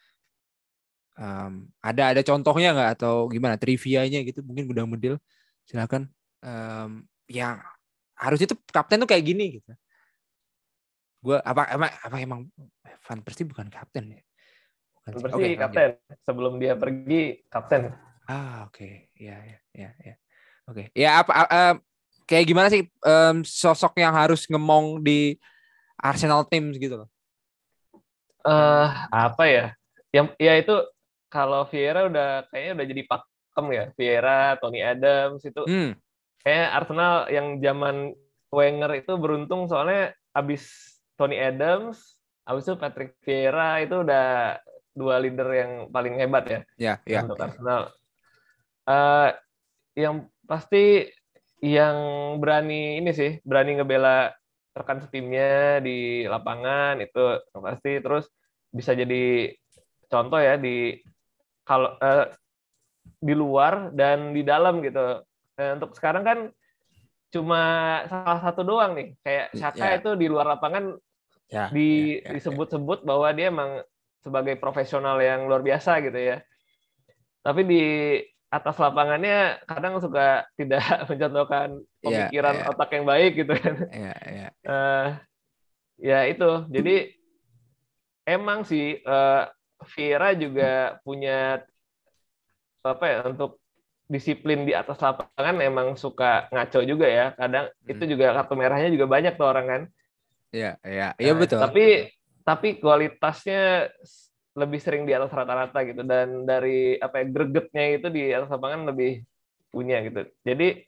um, ada ada contohnya nggak atau gimana trivianya gitu mungkin Gudang Bedil silakan um, yang harus itu kapten tuh kayak gini gitu gue apa emang apa emang Van Persie bukan kapten ya. Persi okay, kapten okay. Sebelum dia pergi kapten. Ah oke okay. ya ya ya ya oke okay. ya apa uh, kayak gimana sih um, sosok yang harus ngemong di Arsenal teams gitu loh? Uh, apa ya? Yang ya itu kalau Vieira udah kayaknya udah jadi pakem ya. Vieira, Tony Adams itu. Hmm. Kayak Arsenal yang zaman Wenger itu beruntung soalnya abis Tony Adams, abis itu Patrick Vieira itu udah dua leader yang paling hebat ya, ya, ya untuk ya. Arsenal. Uh, yang pasti yang berani ini sih, berani ngebela rekan setimnya di lapangan itu pasti. Terus bisa jadi contoh ya di kalau uh, di luar dan di dalam gitu. Uh, untuk sekarang kan cuma salah satu doang nih, kayak Xhaka ya. Itu di luar lapangan Ya, di ya, ya, disebut-sebut bahwa dia emang sebagai profesional yang luar biasa gitu ya. Tapi di atas lapangannya kadang suka tidak mencontohkan ya, pemikiran ya, otak yang baik gitu kan. ya, ya. Uh, ya itu. Jadi emang sih uh, Vieira juga punya apa ya untuk disiplin di atas lapangan emang suka ngaco juga ya. Kadang Hmm. itu juga kartu merahnya juga banyak tuh orang kan. Iya, iya, iya Nah, betul. Tapi tapi kualitasnya lebih sering di atas rata-rata gitu dan dari apa ya gregetnya itu di atas lapangan lebih punya gitu. Jadi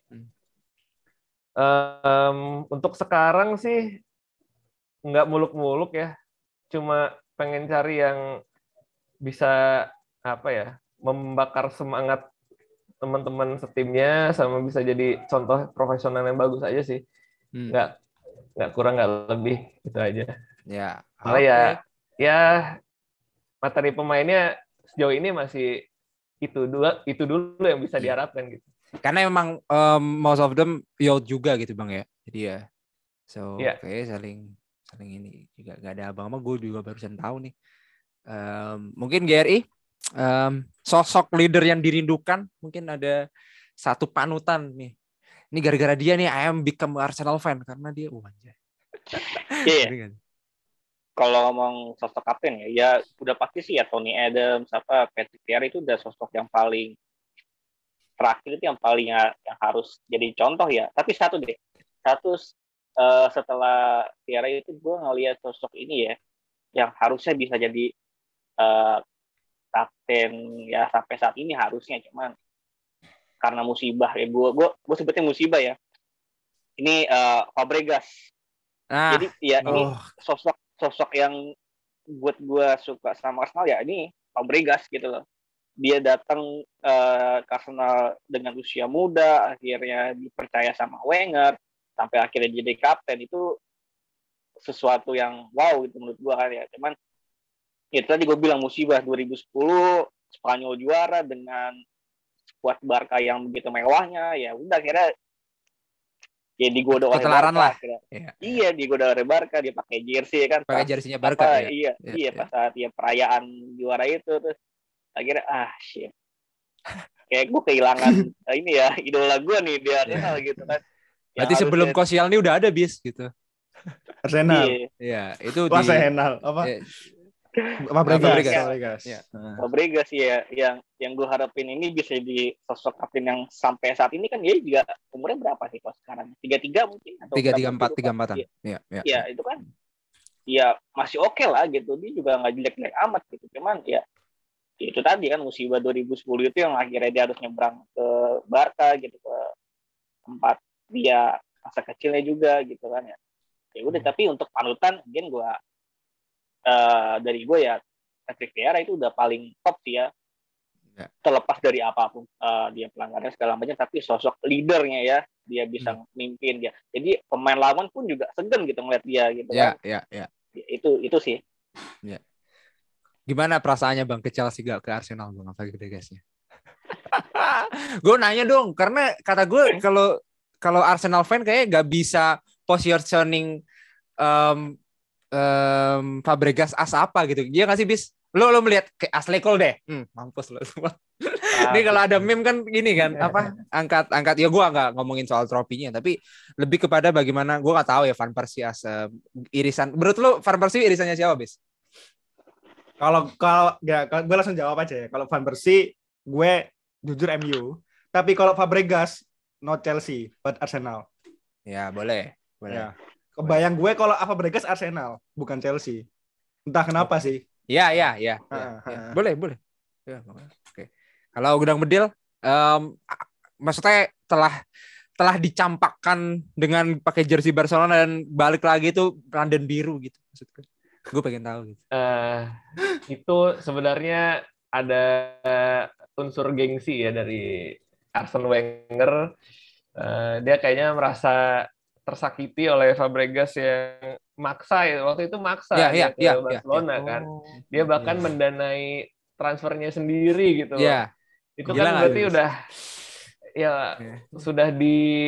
um, untuk sekarang sih nggak muluk-muluk ya. Cuma pengen cari yang bisa apa ya membakar semangat teman-teman setimnya sama bisa jadi contoh profesional yang bagus aja sih. Hmm. Nggak nggak kurang nggak lebih itu aja. Ya, Karena oke. ya ya materi pemainnya sejauh ini masih itu dulu itu dulu yang bisa Iya. diharapkan gitu. Karena emang um, most of them youth juga gitu bang ya. Jadi ya, so Yeah. kayak saling saling ini juga nggak ada abang-abang. Gue juga barusan tahu nih. Um, mungkin G R I um, sosok leader yang dirindukan mungkin ada satu panutan nih. Ini gara-gara dia nih I am become Arsenal fan karena dia oh anjay. Iya. Yeah. Kalau ngomong sosok kapten ya, ya udah pasti sih ya Tony Adams, apa Patrick Vieira itu udah sosok yang paling terakhir itu yang paling yang harus jadi contoh ya. Tapi satu deh, satu uh, setelah Vieira itu gue ngelihat sosok ini ya, yang harusnya bisa jadi uh, kapten ya sampai saat ini harusnya cuman karena musibah ya gue gue gue sebutnya musibah ya. Ini uh, Fabregas. Ah, jadi ya oh. Ini sosok sosok yang buat gue suka sama Arsenal ya ini Fabregas gitu loh. Dia datang uh, ke Arsenal dengan usia muda, akhirnya dipercaya sama Wenger, sampai akhirnya jadi kapten itu sesuatu yang wow gitu menurut gue kan ya. Cuman ya tadi gue bilang musibah dua ribu sepuluh Spanyol juara dengan skuad Barca yang begitu mewahnya ya udah akhirnya ya digoda oleh Barca lah. Ya. Iya, digoda oleh Barca, dia pakai jersey kan. Pakai jersinya Barca apa, ya. Iya, ya, iya ya. Pas saat dia perayaan juara itu terus akhirnya ah shit. Kayak gue kehilangan ini ya, idola gue nih di Arsenal ya. Gitu kan. Berarti sebelum Koscielny ini udah ada bis gitu. Arsenal. Iya, itu di Arsenal apa? Eh, Fabregas, Fabregas, ya. Fabregas ya, yang yang gue harapin ini bisa di sosok kapten yang sampai saat ini kan dia juga umurnya berapa sih kok sekarang? tiga tiga mungkin atau tiga tiga empat tiga empatan. Iya, iya. Ya, itu kan ya masih oke okay lah gitu. Dia juga nggak jelek-jelek amat gitu. Cuman ya itu tadi kan musibah dua ribu sepuluh itu yang akhirnya dia harus nyebrang ke Barca gitu ke tempat dia masa kecilnya juga gitu kan ya. Ya udah hmm. Tapi untuk panutan mungkin gue Uh, dari gue ya Patrick Vieira itu udah paling top sih ya, ya. Terlepas dari apapun uh, dia pelanggaran segala macam, tapi sosok leadernya ya dia bisa hmm. mimpin dia. Jadi pemain lawan pun juga segan gitu ngeliat dia gitu ya, kan. Ya, ya. Itu itu sih. Ya. Gimana perasaannya bang ke Chelsea gak ke Arsenal bang apa gitu guysnya? Gue nanya dong karena kata gue kalau kalau Arsenal fan kayaknya gak bisa positioning um, Um, Fabregas as apa gitu. Dia nggak sih bis? Lo lo melihat kayak Aslekol deh. Hmm, mampus lo semua. Ini kalau ada meme kan gini kan apa? Angkat angkat ya gue nggak ngomongin soal tropinya tapi lebih kepada bagaimana gue nggak tahu ya Van Persie as uh, irisan. Menurut lo Van Persie irisannya siapa bis? Kalau kalau ya gue langsung jawab aja ya. Kalau Van Persie gue jujur M U. Tapi kalau Fabregas no Chelsea but Arsenal. Ya boleh. Boleh. Ya. Kebayang gue kalau Fabregas Arsenal, bukan Chelsea. Entah kenapa sih. Ya, ya, ya. ya, ya. Boleh, boleh. Ya, oke. Kalau Gudang Bedil, um, maksudnya telah telah dicampakkan dengan pakai jersey Barcelona dan balik lagi itu London biru gitu. Maksudnya, gue pengen tahu gitu. Uh, itu sebenarnya ada unsur gengsi ya dari Arsene Wenger. Uh, dia kayaknya merasa tersakiti oleh Fabregas yang maksa ya waktu itu maksa ya, dia ya, ke ya, Barcelona ya. kan dia bahkan ya. mendanai transfernya sendiri gitu ya. itu Gila kan berarti udah ya, ya sudah di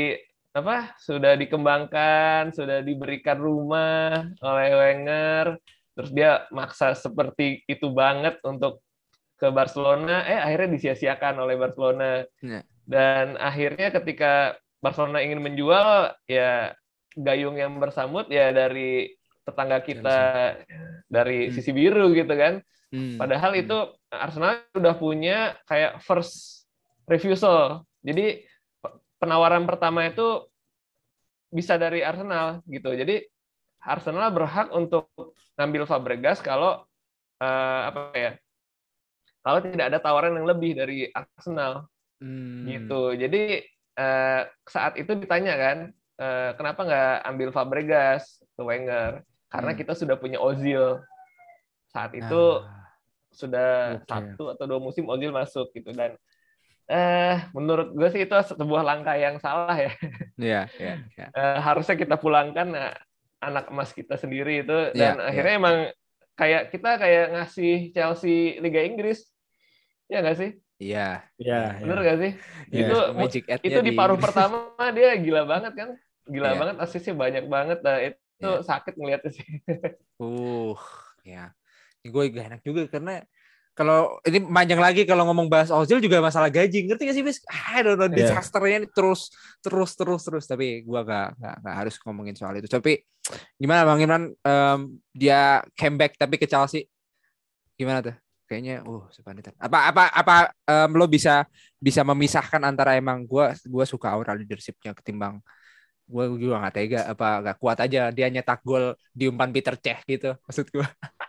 apa sudah dikembangkan, sudah diberikan rumah oleh Wenger, terus dia maksa seperti itu banget untuk ke Barcelona, eh akhirnya disia-siakan oleh Barcelona. Ya. Dan akhirnya ketika Barcelona ingin menjual, ya gayung yang bersambut ya dari tetangga kita dari Hmm. sisi biru gitu kan. Hmm. Padahal Hmm. itu Arsenal udah punya kayak first refusal. Jadi penawaran pertama itu bisa dari Arsenal gitu. Jadi Arsenal berhak untuk ngambil Fabregas kalau uh, apa ya? Kalau tidak ada tawaran yang lebih dari Arsenal. Hmm. Gitu. Jadi uh, saat itu ditanya kan, uh, kenapa nggak ambil Fabregas ke Wenger? Karena Hmm. kita sudah punya Ozil. Saat itu Ah. sudah Oke. satu atau dua musim Ozil masuk gitu, dan eh menurut gue sih itu sebuah langkah yang salah ya. Iya, iya, iya. Eh, harusnya kita pulangkan nah, anak emas kita sendiri itu, dan Iya, akhirnya iya. emang kayak kita kayak ngasih Chelsea Liga Inggris, ya nggak sih? Iya. Iya, Bener iya. nggak sih? Iya. Itu Magic ad-nya itu di di paruh Inggris. pertama dia gila banget kan, gila Iya. banget, asisnya banyak banget. Nah itu Iya. sakit ngeliatnya sih. Uh, ya. Gue gak enak juga karena kalau ini panjang lagi kalau ngomong bahas Ozil juga masalah gaji, ngerti gak sih bis? I don't know, Iya. disasternya ini terus terus terus terus. Tapi gue gak, gak, gak harus ngomongin soal itu. Tapi gimana Bang Imran, um, dia comeback tapi ke Chelsea gimana tuh? Kayaknya, uh, sepanitan. Apa apa apa um, lo bisa bisa memisahkan antara emang gue gue suka aura leadershipnya ketimbang gue juga nggak tega apa nggak kuat aja dia nyetak gol di umpan Peter Cech gitu, maksud gue.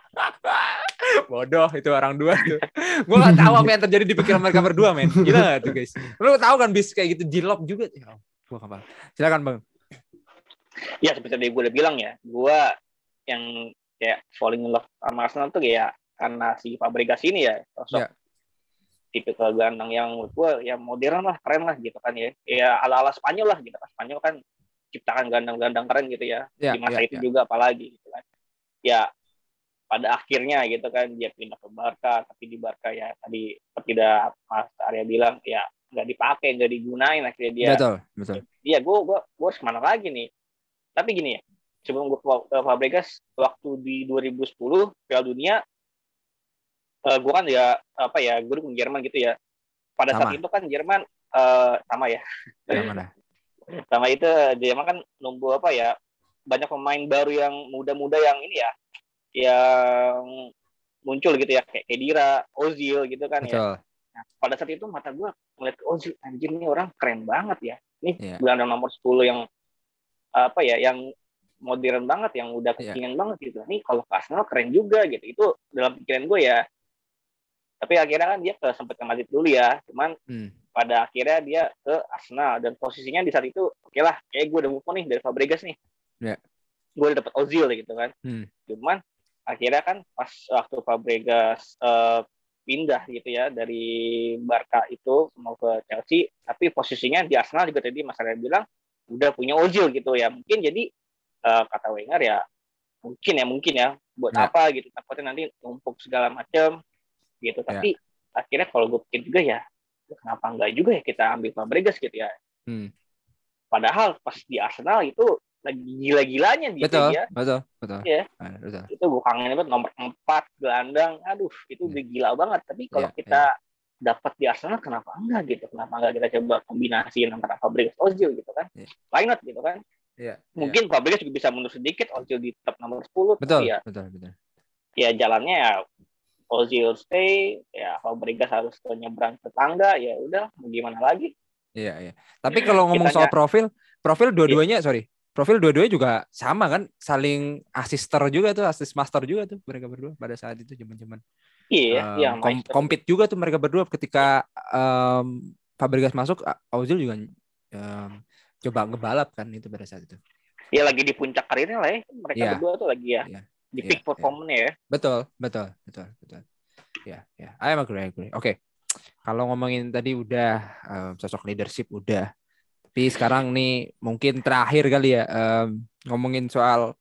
Bodoh itu orang dua tuh. Gue nggak tahu apa yang terjadi di pikiran mereka berdua, men. Gila nggak tuh guys? Lo tahu kan bis kayak gitu jilop juga. Ya, gue nggak paham. Silakan Bang. Ya seperti tadi gue udah bilang ya, gue yang kayak falling in love sama Arsenal tuh kayak karena si Fabregas ini ya, sosok Ya. tipikal gelandang yang menurut gue ya modern lah, keren lah gitu kan ya. Ya ala-ala Spanyol lah gitu. Spanyol kan ciptakan gelandang-gelandang keren gitu ya, Ya, di masa ya, itu ya. juga apalagi gitu kan. Ya pada akhirnya gitu kan dia pindah ke Barca, tapi di Barca ya tadi seperti udah Mas Arya bilang ya nggak dipakai, nggak digunain, akhirnya dia Betul, betul. Iya, gue gue gue harus kemana lagi nih. Tapi gini ya, sebelum gue ke Fabregas waktu di dua ribu sepuluh Piala Dunia, uh, gue kan ya apa ya, gue di Jerman gitu ya. Pada Sama. saat itu kan Jerman uh, sama ya. Sama dah. Sama itu Jerman kan nunggu apa ya, banyak pemain baru yang muda-muda yang ini ya, yang muncul gitu ya, kayak Khedira, Ozil gitu kan. Betul. Ya. Nah, pada saat itu mata gue ngeliat Ozil, anjir nih orang keren banget ya. Ini Yeah. gelandang nomor sepuluh yang apa ya, yang modern banget, yang udah kekinian yeah. banget gitu. Nih kalau ke Arsenal keren juga gitu. Itu dalam pikiran gue ya. Tapi akhirnya kan dia ke, sempat ke Madrid dulu ya. Cuman hmm. pada akhirnya dia ke Arsenal, dan posisinya di saat itu oke okay lah, kayak gue udah move on nih dari Fabregas nih. Yeah. Gue udah dapet Ozil gitu kan. Hmm. Cuman akhirnya kan pas waktu Fabregas uh, pindah gitu ya dari Barca itu mau ke Chelsea, tapi posisinya di Arsenal juga tadi Mas Arya bilang udah punya Ozil gitu ya. Mungkin jadi uh, kata Wenger ya mungkin ya mungkin ya buat yeah. apa gitu, takutnya nanti numpuk segala macam gitu. Tapi yeah. akhirnya kalau gue pikir juga ya kenapa enggak juga ya kita ambil Fabregas gitu ya. Hmm. Padahal pas di Arsenal itu lagi gila-gilanya dia. Betul, dia. betul, betul. Ya. Ah, betul. Itu gue kangen banget nomor empat gelandang. Aduh, itu udah gila banget. Tapi kalau yeah, kita yeah. dapat di Arsenal, kenapa enggak gitu? Kenapa enggak kita coba kombinasiin antara Fabregas Ozil gitu kan? Yeah. Why not gitu kan? Yeah, Mungkin yeah. Fabregas juga bisa mundur sedikit, Ozil di top nomor sepuluh. Betul, ya, betul, betul. Ya jalannya ya Ozil stay, ya Fabregas harus ke nyebrang tetangga, ya udah mau gimana lagi? Iya, iya. Tapi kalau ngomong soal profil, profil dua-duanya, yeah. sorry. Profil dua-duanya juga sama kan, saling asister juga tuh, assist master juga tuh mereka berdua pada saat itu zaman-zaman. Iya, um, iya. Kom- compete juga tuh mereka berdua ketika um, Fabregas masuk, Ozil juga um, coba ngebalap kan itu pada saat itu. Iya, lagi di puncak karirnya lah ya, mereka yeah. berdua tuh lagi ya, yeah. di peak yeah, performance yeah. ya. Betul, betul, betul, betul. Ya, ya. I agree, I agree. Oke. Okay. Kalau ngomongin tadi udah um, sosok leadership udah. Tapi sekarang nih mungkin terakhir kali ya um, ngomongin soal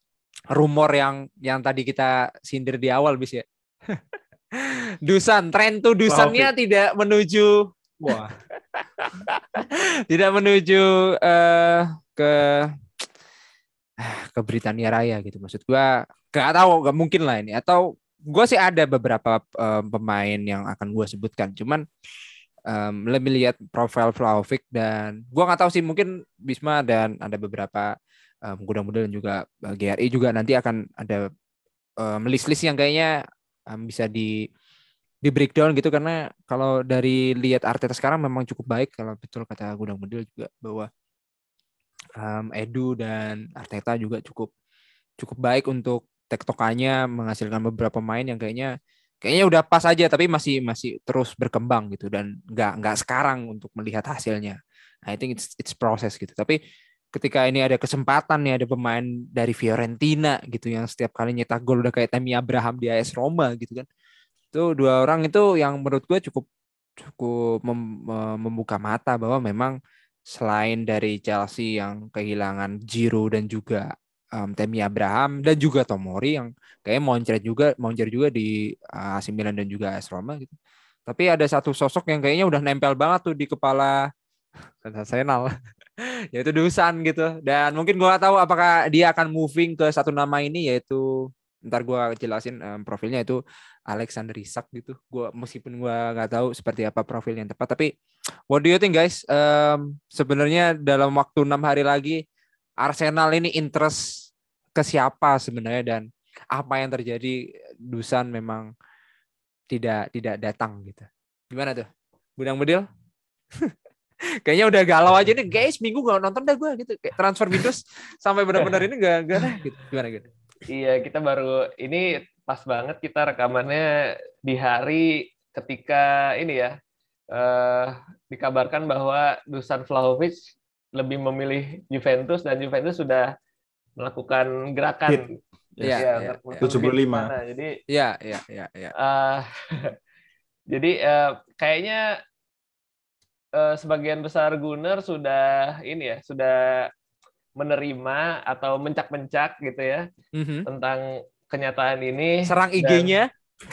rumor yang yang tadi kita sindir di awal bis ya. Dusan, tren tuh Dusannya wow, tidak menuju wah Tidak menuju uh, ke ke Britania Raya gitu. Maksud gua gak tahu, gak mungkin lah ini. Atau gue sih ada beberapa um, pemain yang akan gue sebutkan. Cuman um, lebih lihat profil Vlahovic dan gue nggak tahu sih, mungkin Bisma dan ada beberapa um, gudang-gudang dan juga uh, G R I juga nanti akan ada um, list-list yang kayaknya um, bisa di di breakdown gitu, karena kalau dari lihat Arteta sekarang memang cukup baik, kalau betul kata gudang model juga bahwa um, Edu dan Arteta juga cukup cukup baik untuk tektokannya, menghasilkan beberapa pemain yang kayaknya kayaknya udah pas aja, tapi masih masih terus berkembang gitu, dan nggak nggak sekarang untuk melihat hasilnya. I think it's it's process gitu. Tapi ketika ini ada kesempatan nih, ada pemain dari Fiorentina gitu yang setiap kali nyetak gol udah kayak Tammy Abraham di A S Roma gitu kan. Itu dua orang itu yang menurut gue cukup cukup mem, membuka mata bahwa memang selain dari Chelsea yang kehilangan Giroud dan juga um, Tammy Abraham dan juga Tomori yang kayaknya moncret juga moncret juga di uh, A C Milan dan juga A S Roma gitu. Tapi ada satu sosok yang kayaknya udah nempel banget tuh di kepala sensasional, yaitu Dusan gitu. Dan mungkin gue gak tahu apakah dia akan moving ke satu nama ini, yaitu ntar gue jelasin um, profilnya, itu Alexander Isak gitu. Gue meskipun gue nggak tahu seperti apa profil yang tepat, tapi what do you think guys? Um, sebenarnya dalam waktu enam hari lagi Arsenal ini interest ke siapa sebenarnya, dan apa yang terjadi? Dusan memang tidak tidak datang gitu. Gimana tuh, Gudang Bedil? Kayaknya udah galau aja nih guys, minggu gak nonton dah gue gitu, kayak transfer windows sampai benar-benar ini gak gak dah gitu. Gimana gitu? Iya, kita baru ini pas banget kita rekamannya di hari ketika ini ya eh, dikabarkan bahwa Dusan Vlahovic lebih memilih Juventus dan Juventus sudah melakukan gerakan ya, ya, ya, tujuh puluh lima. Jadi ya ya ya ya. Uh, jadi uh, kayaknya uh, sebagian besar Gunner sudah ini ya sudah menerima atau mencak-mencak gitu ya mm-hmm. tentang kenyataan ini. Serang I G-nya,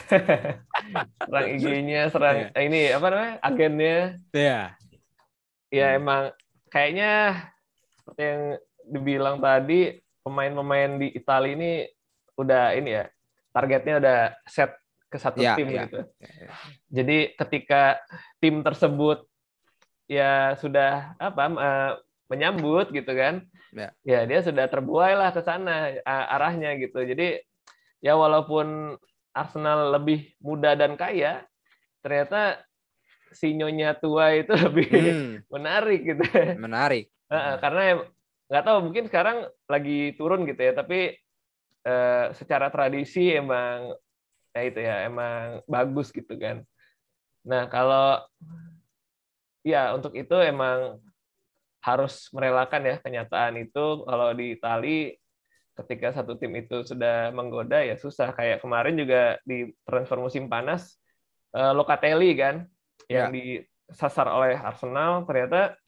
serang I G-nya, serang yeah. ini apa namanya agennya. Iya. Yeah. Ya hmm. emang kayaknya seperti yang dibilang tadi, pemain-pemain di Italia ini udah ini ya targetnya udah set ke satu yeah, tim yeah. gitu. Yeah, yeah. Jadi ketika tim tersebut ya sudah apa uh, menyambut gitu kan. Ya. ya dia sudah terbuai lah ke sana arahnya gitu. Jadi ya walaupun Arsenal lebih muda dan kaya, ternyata si Nyonya tua itu lebih hmm. menarik gitu. Menarik. Nah, karena nggak tahu mungkin sekarang lagi turun gitu ya, tapi eh, secara tradisi emang ya itu ya emang bagus gitu kan. Nah kalau ya untuk itu emang harus merelakan ya kenyataan itu. Kalau di Itali ketika satu tim itu sudah menggoda ya susah. Kayak kemarin juga di transfer musim panas Locatelli kan yang ya. disasar oleh Arsenal, ternyata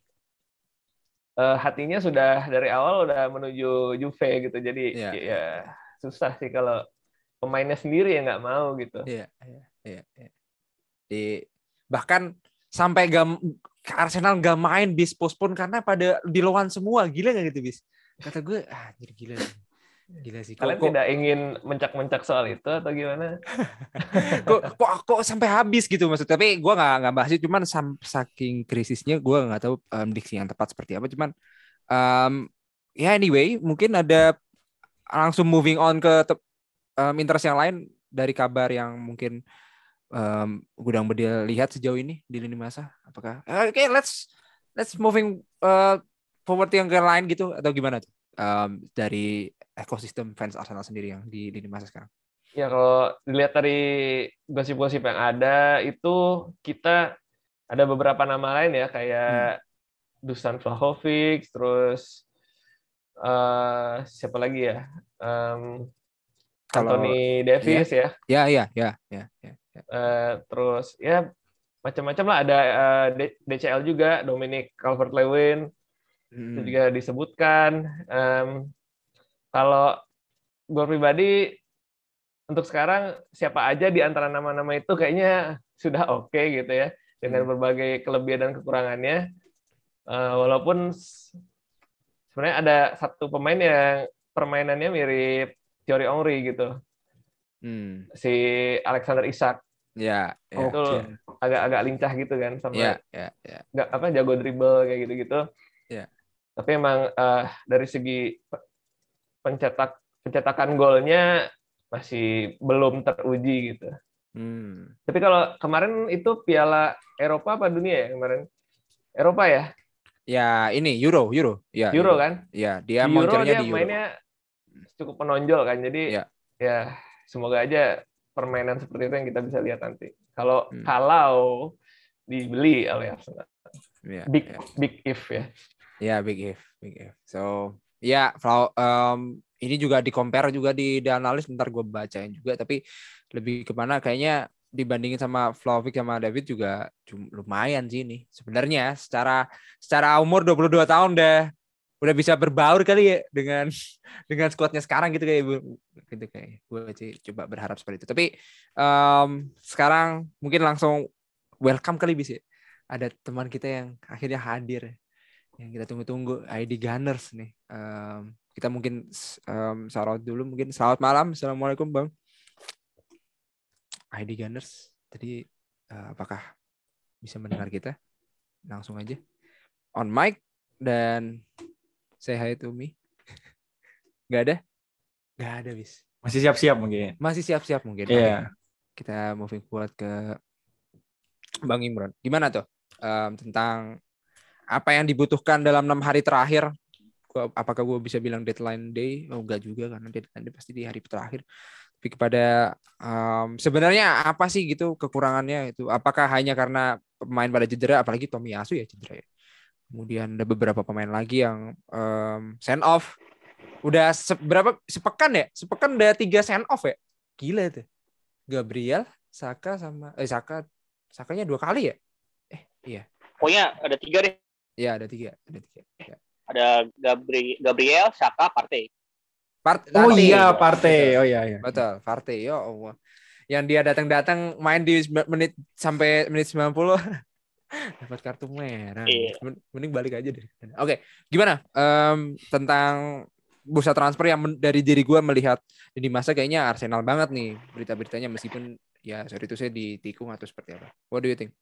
hatinya sudah dari awal udah menuju Juve gitu. Jadi ya, ya, ya susah sih kalau pemainnya sendiri yang nggak mau gitu. Iya, iya, iya. Ya. Di bahkan sampai gak Arsenal gak main bis postpone karena pada di lawan semua. Gila gak gitu bis? Kata gue ah jadi gila. Gila sih. Kalian kok, tidak ingin mencak-mencak soal itu atau gimana? kok, kok kok sampai habis gitu maksudnya. Tapi gue nggak nggak bahas itu, cuman saking krisisnya gue nggak tahu um, diksi yang tepat seperti apa. Cuman um, ya anyway mungkin ada langsung moving on ke um, interest yang lain dari kabar yang mungkin Um, Gudang Bedil lihat sejauh ini di lini masa. Apakah oke okay, let's let's moving uh, forward yang ke lain gitu atau gimana tuh um, dari ekosistem fans Arsenal sendiri yang di lini masa sekarang? Ya kalau dilihat dari gosip-gosip yang ada itu kita ada beberapa nama lain ya kayak hmm. Dusan Vlahovic, terus uh, siapa lagi ya um, Anthony kalau, Davis ya ya ya ya ya, ya. Uh, terus ya macam-macam lah, ada uh, D C L juga, Dominic Calvert-Lewin hmm. itu juga disebutkan. Um, kalau gue pribadi untuk sekarang siapa aja di antara nama-nama itu kayaknya sudah oke okay, gitu ya. dengan Hmm. berbagai kelebihan dan kekurangannya. Uh, walaupun sebenarnya ada satu pemain yang permainannya mirip Thierry Henry gitu, Hmm. si Alexander Isak. Ya, ya, Itu Oke. agak-agak lincah gitu kan, sama ya, ya, ya, nggak apa jago dribble kayak gitu-gitu. ya. Tapi emang uh, dari segi pencetak pencetakan golnya masih belum teruji gitu. Hmm. Tapi kalau kemarin itu Piala Eropa apa dunia ya kemarin? Eropa ya? Ya, ini Euro, Euro. Ya, Euro Euro. kan? Ya, dia Di Euro moncernya dia di Euro. mainnya cukup menonjol kan. Jadi Ya. ya semoga aja permainan seperti itu yang kita bisa lihat nanti. Kalau Hmm. kalau dibeli oleh Arsenal. Ya, Big ya. big if ya. Ya, big if, big if. So, ya, um, ini juga di compare juga di, di analis, bentar gue bacain juga, tapi lebih kemana kayaknya dibandingin sama Vlahovic sama David juga lumayan sih ini. Sebenarnya secara secara umur dua puluh dua tahun udah udah bisa berbaur kali ya dengan dengan skuadnya sekarang gitu kayak gitu kayak gue sih coba berharap seperti itu. Tapi um, sekarang mungkin langsung welcome kali bisa. Ada teman kita yang akhirnya hadir yang kita tunggu-tunggu, I D Gunners nih. Um, kita mungkin um, shout out dulu mungkin. Selamat malam, assalamualaikum bang. I D Gunners, tadi uh, apakah bisa mendengar kita? Langsung aja on mic dan say hi to me. Gak ada? Gak ada bis. Masih siap-siap mungkin. Masih siap-siap mungkin. Iya. Okay. Kita moving forward ke Bang Imron. Gimana tuh um, tentang apa yang dibutuhkan dalam enam hari terakhir? Gua, apakah gue bisa bilang deadline day? Oh enggak juga karena deadline day pasti di hari terakhir. Tapi kepada um, sebenarnya apa sih gitu kekurangannya itu? Apakah hanya karena pemain pada cedera, apalagi Tomiyasu ya cedera ya. Kemudian ada beberapa pemain lagi yang um, send off. Udah seberapa sepekan ya? Sepekan udah tiga send off ya? Gila itu. Gabriel, Saka sama eh Saka, Sakanya dua kali ya? Eh iya. Pokoknya ada tiga deh. Iya ada tiga, ada tiga. Ya. Ada Gabri, Gabriel, Saka, Partey. Part, oh Partey. iya, Partey. Betul. Oh iya iya. Betul, Partey. Ya Allah. Yang dia datang-datang main di menit sampai menit sembilan puluh dapat kartu merah. Iya. Mending balik aja deh. Oke, gimana um, tentang bursa transfer yang men- dari diri gue melihat ini masa kayaknya Arsenal banget nih berita-beritanya meskipun ya sorry itu saya ditikung atau seperti apa. What do you think?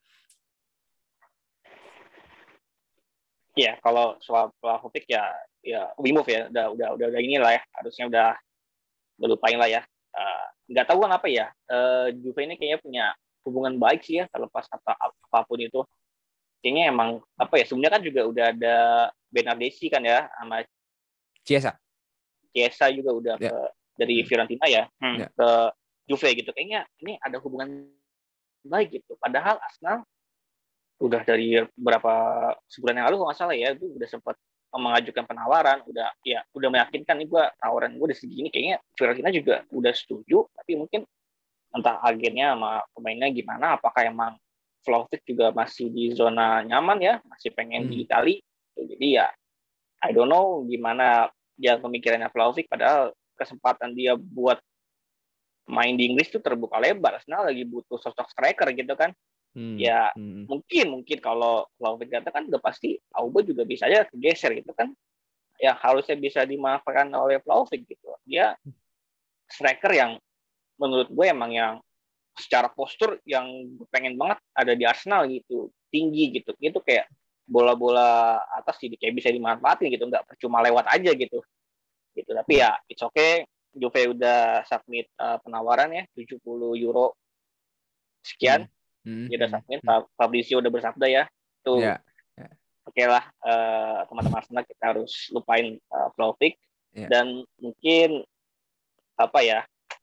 Ya, kalau soal Vlahovic ya ya we move ya. Udah udah udah udah inilah ya. Harusnya udah udah lupain lah ya. Nggak uh, tahu kan apa ya. Uh, Juve ini kayaknya punya hubungan baik sih ya terlepas apa apapun itu. Kayaknya emang apa ya sebenarnya kan juga udah ada Bernardeschi kan ya sama Chiesa. Chiesa juga udah ya. ke, dari Fiorentina ya, hmm, ya ke Juve gitu. Kayaknya ini ada hubungan baik gitu. Padahal Arsenal udah dari beberapa sebulan yang lalu kalau nggak salah ya itu udah sempat mengajukan penawaran, udah ya udah meyakinkan nih gue tawaran gue udah segini, kayaknya Fiorentina juga udah setuju, tapi mungkin entah agennya sama pemainnya gimana, apakah emang Vlahovic juga masih di zona nyaman ya, masih pengen hmm. di Itali, jadi ya I don't know gimana dia pemikirannya Vlahovic, padahal kesempatan dia buat main di Inggris tuh terbuka lebar. Arsenal lagi butuh sosok striker gitu kan. Hmm. Ya hmm. mungkin mungkin kalau Vlahovic katakan udah pasti Auba juga bisa aja geser gitu kan. Ya harusnya bisa dimanfaatkan oleh Vlahovic gitu. Dia striker yang menurut gue emang yang secara postur yang pengen banget ada di Arsenal gitu, tinggi gitu. Itu kayak bola-bola atas jadi kayak bisa dimanfaatin gitu, nggak percuma lewat aja gitu. Gitu. Tapi ya it's okay. Juve udah submit uh, penawaran ya tujuh puluh euro sekian. Hmm. Dia udah submit. Hmm. Fabrizio udah bersabda ya. Tuh. Yeah. Yeah. Oke okay lah uh, teman-teman Arsenal kita harus lupain uh, Vlahovic yeah. Dan mungkin apa ya?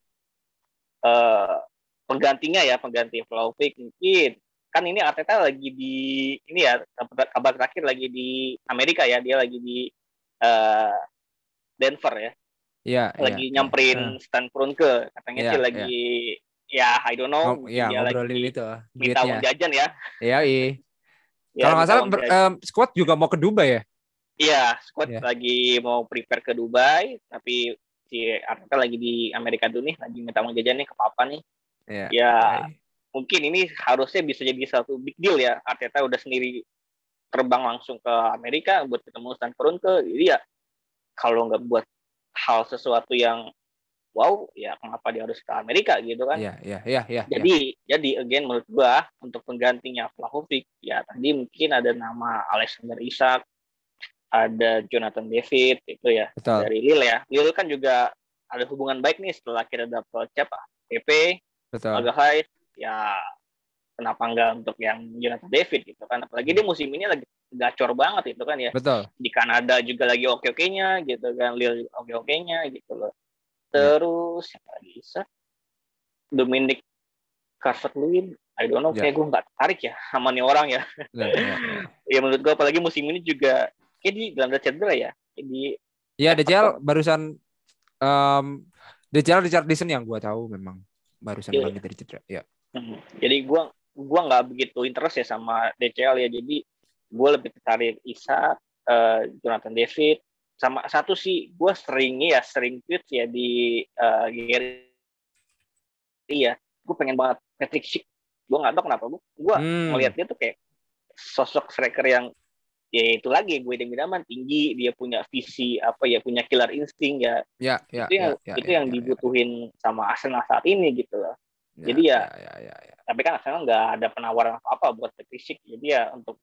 Uh, penggantinya ya, pengganti Vlahovic mungkin kan ini Arteta lagi di ini ya kabar terakhir lagi di Amerika ya, dia lagi di uh, Denver ya. Ya, lagi ya, nyamperin ya. Stan Kroenke katanya ya, sih lagi ya. ya I don't know oh, ya, dia ngobrolin lagi itu minta uang jajan ya. Iya, iya. Ya, kalau nggak salah ber, um, squad juga mau ke Dubai ya? Iya, squad ya. lagi mau prepare ke Dubai, tapi si Arteta lagi di Amerika dulu nih, lagi minta uang jajan nih ke papa nih. Ya, ya ya. mungkin ini harusnya bisa jadi satu big deal ya. Arteta udah sendiri terbang langsung ke Amerika buat ketemu Stan Kroenke. Jadi ya kalau nggak buat hal sesuatu yang wow, ya kenapa dia harus ke Amerika gitu kan? Iya, iya, iya, iya. Jadi, ya. jadi again menurut gua untuk penggantinya Vlahovic, ya tadi mungkin ada nama Alexander Isak, ada Jonathan David itu ya. Betul. Dari Lille ya. Lille kan juga ada hubungan baik nih setelah kita dapat siapa? Pepe, Magalhaes, ya kenapa enggak untuk yang Jonathan David gitu kan? Apalagi dia musim ini lagi gacor banget itu kan ya. Betul. Di Kanada juga lagi oke-okenya gitu kan, Lille oke-okenya gitu loh. Terus yang lagi bisa Dominic Calvert-Lewin, I don't know, yeah. kayak gue nggak tarik ya sama nih orang ya. Yeah, yeah, yeah. Ya menurut gue apalagi musim ini juga kayak di dalam cedera ya. Jadi ya D J L barusan um, D J L Richarlison yang gue tahu memang barusan yeah. bangkit dari cedera. Ya. Hmm. Jadi gue gue nggak begitu interest ya sama D C L ya. Jadi gue lebih tertarik Isak, uh, Jonathan David, sama satu sih gue sering ya sering tweet ya di uh, Gary ya. Gue pengen banget Patrick Schick. Gue nggak tahu kenapa gue gue hmm. ngelihat dia tuh kayak sosok striker yang ya itu lagi gue idaman tinggi, dia punya visi apa ya, punya killer insting ya. Ya, ya itu yang ya, itu ya, yang ya, dibutuhin ya. sama Arsenal saat ini gitu loh. Ya, jadi ya, ya, ya, ya, ya. Tapi kan Arsenal nggak ada penawaran apa-apa buat Patrick Schick. Jadi ya untuk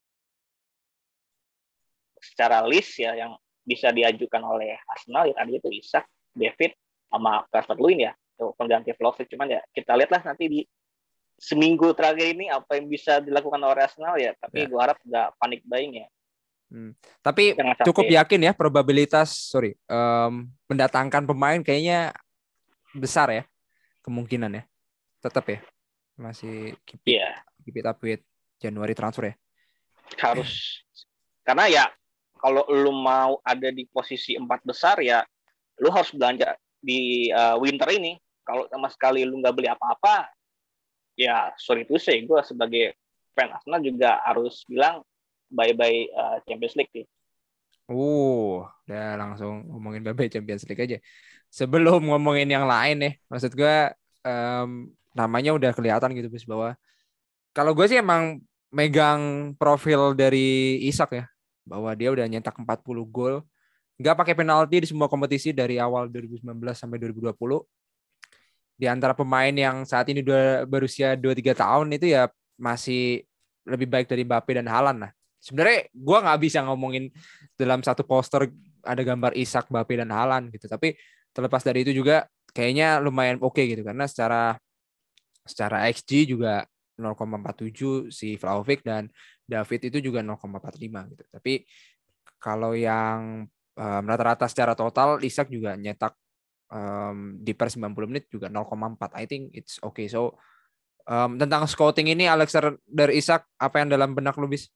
secara list ya yang bisa diajukan oleh Arsenal ya tadi itu Isak, David sama Calvert-Lewin ya. Itu pengganti Vlahovic. Cuman ya kita lihatlah nanti di seminggu terakhir ini apa yang bisa dilakukan oleh Arsenal ya. Tapi ya. gue harap nggak panik buying ya. Hmm. Tapi cukup yakin ya probabilitas sorry um, mendatangkan pemain kayaknya besar ya kemungkinan ya. Tetap ya masih keep it, yeah. keep it up with Januari transfer ya. Harus karena ya kalau lu mau ada di posisi empat besar ya lu harus belanja di uh, winter ini. Kalau sama sekali lu nggak beli apa-apa ya sorry to say gue sebagai fan Arsenal juga harus bilang bye-bye uh, Champions League nih. Uh, udah langsung ngomongin bye-bye Champions League aja. Sebelum ngomongin yang lain nih, maksud gue um, namanya udah kelihatan gitu Bus bahwa kalau gue sih emang megang profil dari Isak ya, bahwa dia udah nyetak empat puluh gol, nggak pakai penalti di semua kompetisi dari awal dua ribu sembilan belas sampai dua ribu dua puluh. Di antara pemain yang saat ini udah berusia dua puluh tiga tahun itu ya masih lebih baik dari Mbappe dan Haaland lah. Sebenarnya gue nggak bisa ngomongin dalam satu poster ada gambar Isak, Mbappe dan Haaland gitu. Tapi terlepas dari itu juga kayaknya lumayan oke okay gitu karena secara secara X G juga nol koma empat tujuh si Vlahovic dan David itu juga nol koma empat lima gitu. Tapi kalau yang um, rata-rata secara total Isak juga nyetak um, di per sembilan puluh menit juga nol koma empat. I think it's okay. So um, tentang scouting ini Alexander Isak apa yang dalam benak lu bis?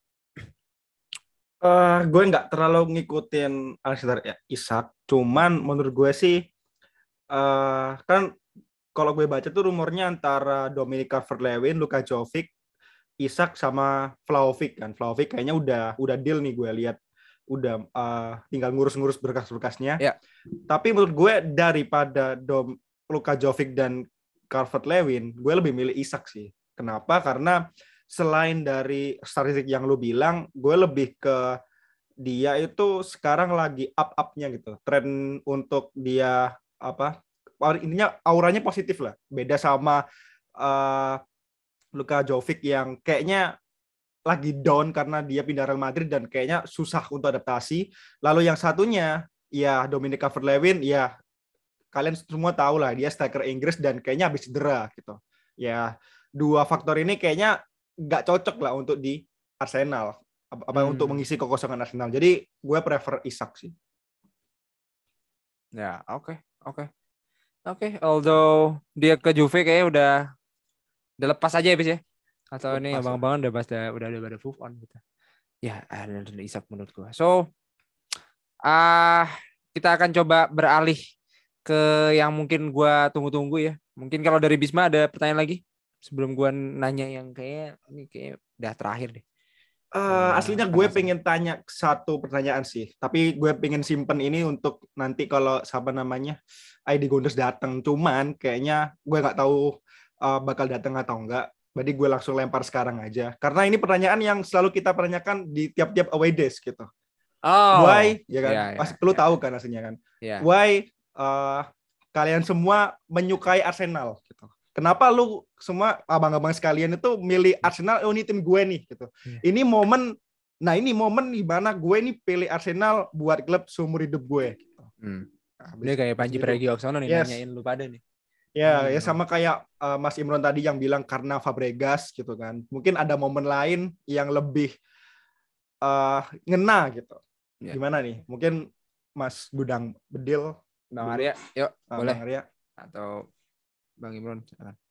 Uh, gue nggak terlalu ngikutin Alexander Isak, cuman menurut gue sih uh, kan kalau gue baca tuh rumornya antara Dominic Calvert-Lewin, Luka Jovic, Isak sama Vlahovic kan. Vlahovic kayaknya udah udah deal nih gue lihat, udah uh, tinggal ngurus-ngurus berkas-berkasnya. Yeah. Tapi menurut gue daripada Dom, Luka Jovic dan Calvert-Lewin, gue lebih milih Isak sih. Kenapa? Karena selain dari statistik yang lu bilang, gue lebih ke dia itu sekarang lagi up-up-nya gitu. Tren untuk dia apa? Intinya auranya positif lah. Beda sama uh, Luka Jovic yang kayaknya lagi down karena dia pindah Real Madrid dan kayaknya susah untuk adaptasi. Lalu yang satunya ya Dominic Calvert-Lewin ya kalian semua tahu lah dia striker Inggris dan kayaknya habis cedera gitu. Ya dua faktor ini kayaknya nggak cocok lah untuk di Arsenal apa, apa hmm. untuk mengisi kekosongan Arsenal. Jadi gue prefer Isak sih. Ya oke okay, oke okay. oke. Okay. Although dia ke Juve kayaknya udah udah lepas aja ya bis ya. Atau lepas ini abang-abangan udah udah udah udah udah move on gitu. Ya ada Isak menurut gue. So ah uh, kita akan coba beralih ke yang mungkin gue tunggu-tunggu ya. Mungkin kalau dari Bisma ada pertanyaan lagi? Sebelum gue nanya yang kayak ini kayak udah terakhir deh. Uh, aslinya gue pengen tanya satu pertanyaan sih, tapi gue pengen simpen ini untuk nanti kalau siapa namanya I D Gondes datang. Cuman kayaknya gue nggak tahu uh, bakal datang atau enggak. Berarti gue langsung lempar sekarang aja. Karena ini pertanyaan yang selalu kita pertanyakan di tiap-tiap away days gitu. Oh. Why? Ya kan? Yeah, yeah, Pasti perlu yeah. tahu kan aslinya kan. Yeah. Why uh, kalian semua menyukai Arsenal gitu. Kenapa lu semua abang-abang sekalian itu milih Arsenal? Oh, ini tim gue nih gitu. Yeah. Ini momen, nah ini momen di mana gue nih pilih Arsenal buat klub seumur hidup gue. Gitu. Hmm. Nah, dia kayak Panji Pragiwaksono nih yes. nanyain lu pada nih. Ya, hmm. ya sama kayak uh, Mas Imron tadi yang bilang karena Fabregas gitu kan. Mungkin ada momen lain yang lebih uh, ngena gitu. Ya. Gimana nih? Mungkin Mas Gudang Bedil, Bang Arya, yuk uh, boleh. Bang Arya Atau Bang Imron, silakan.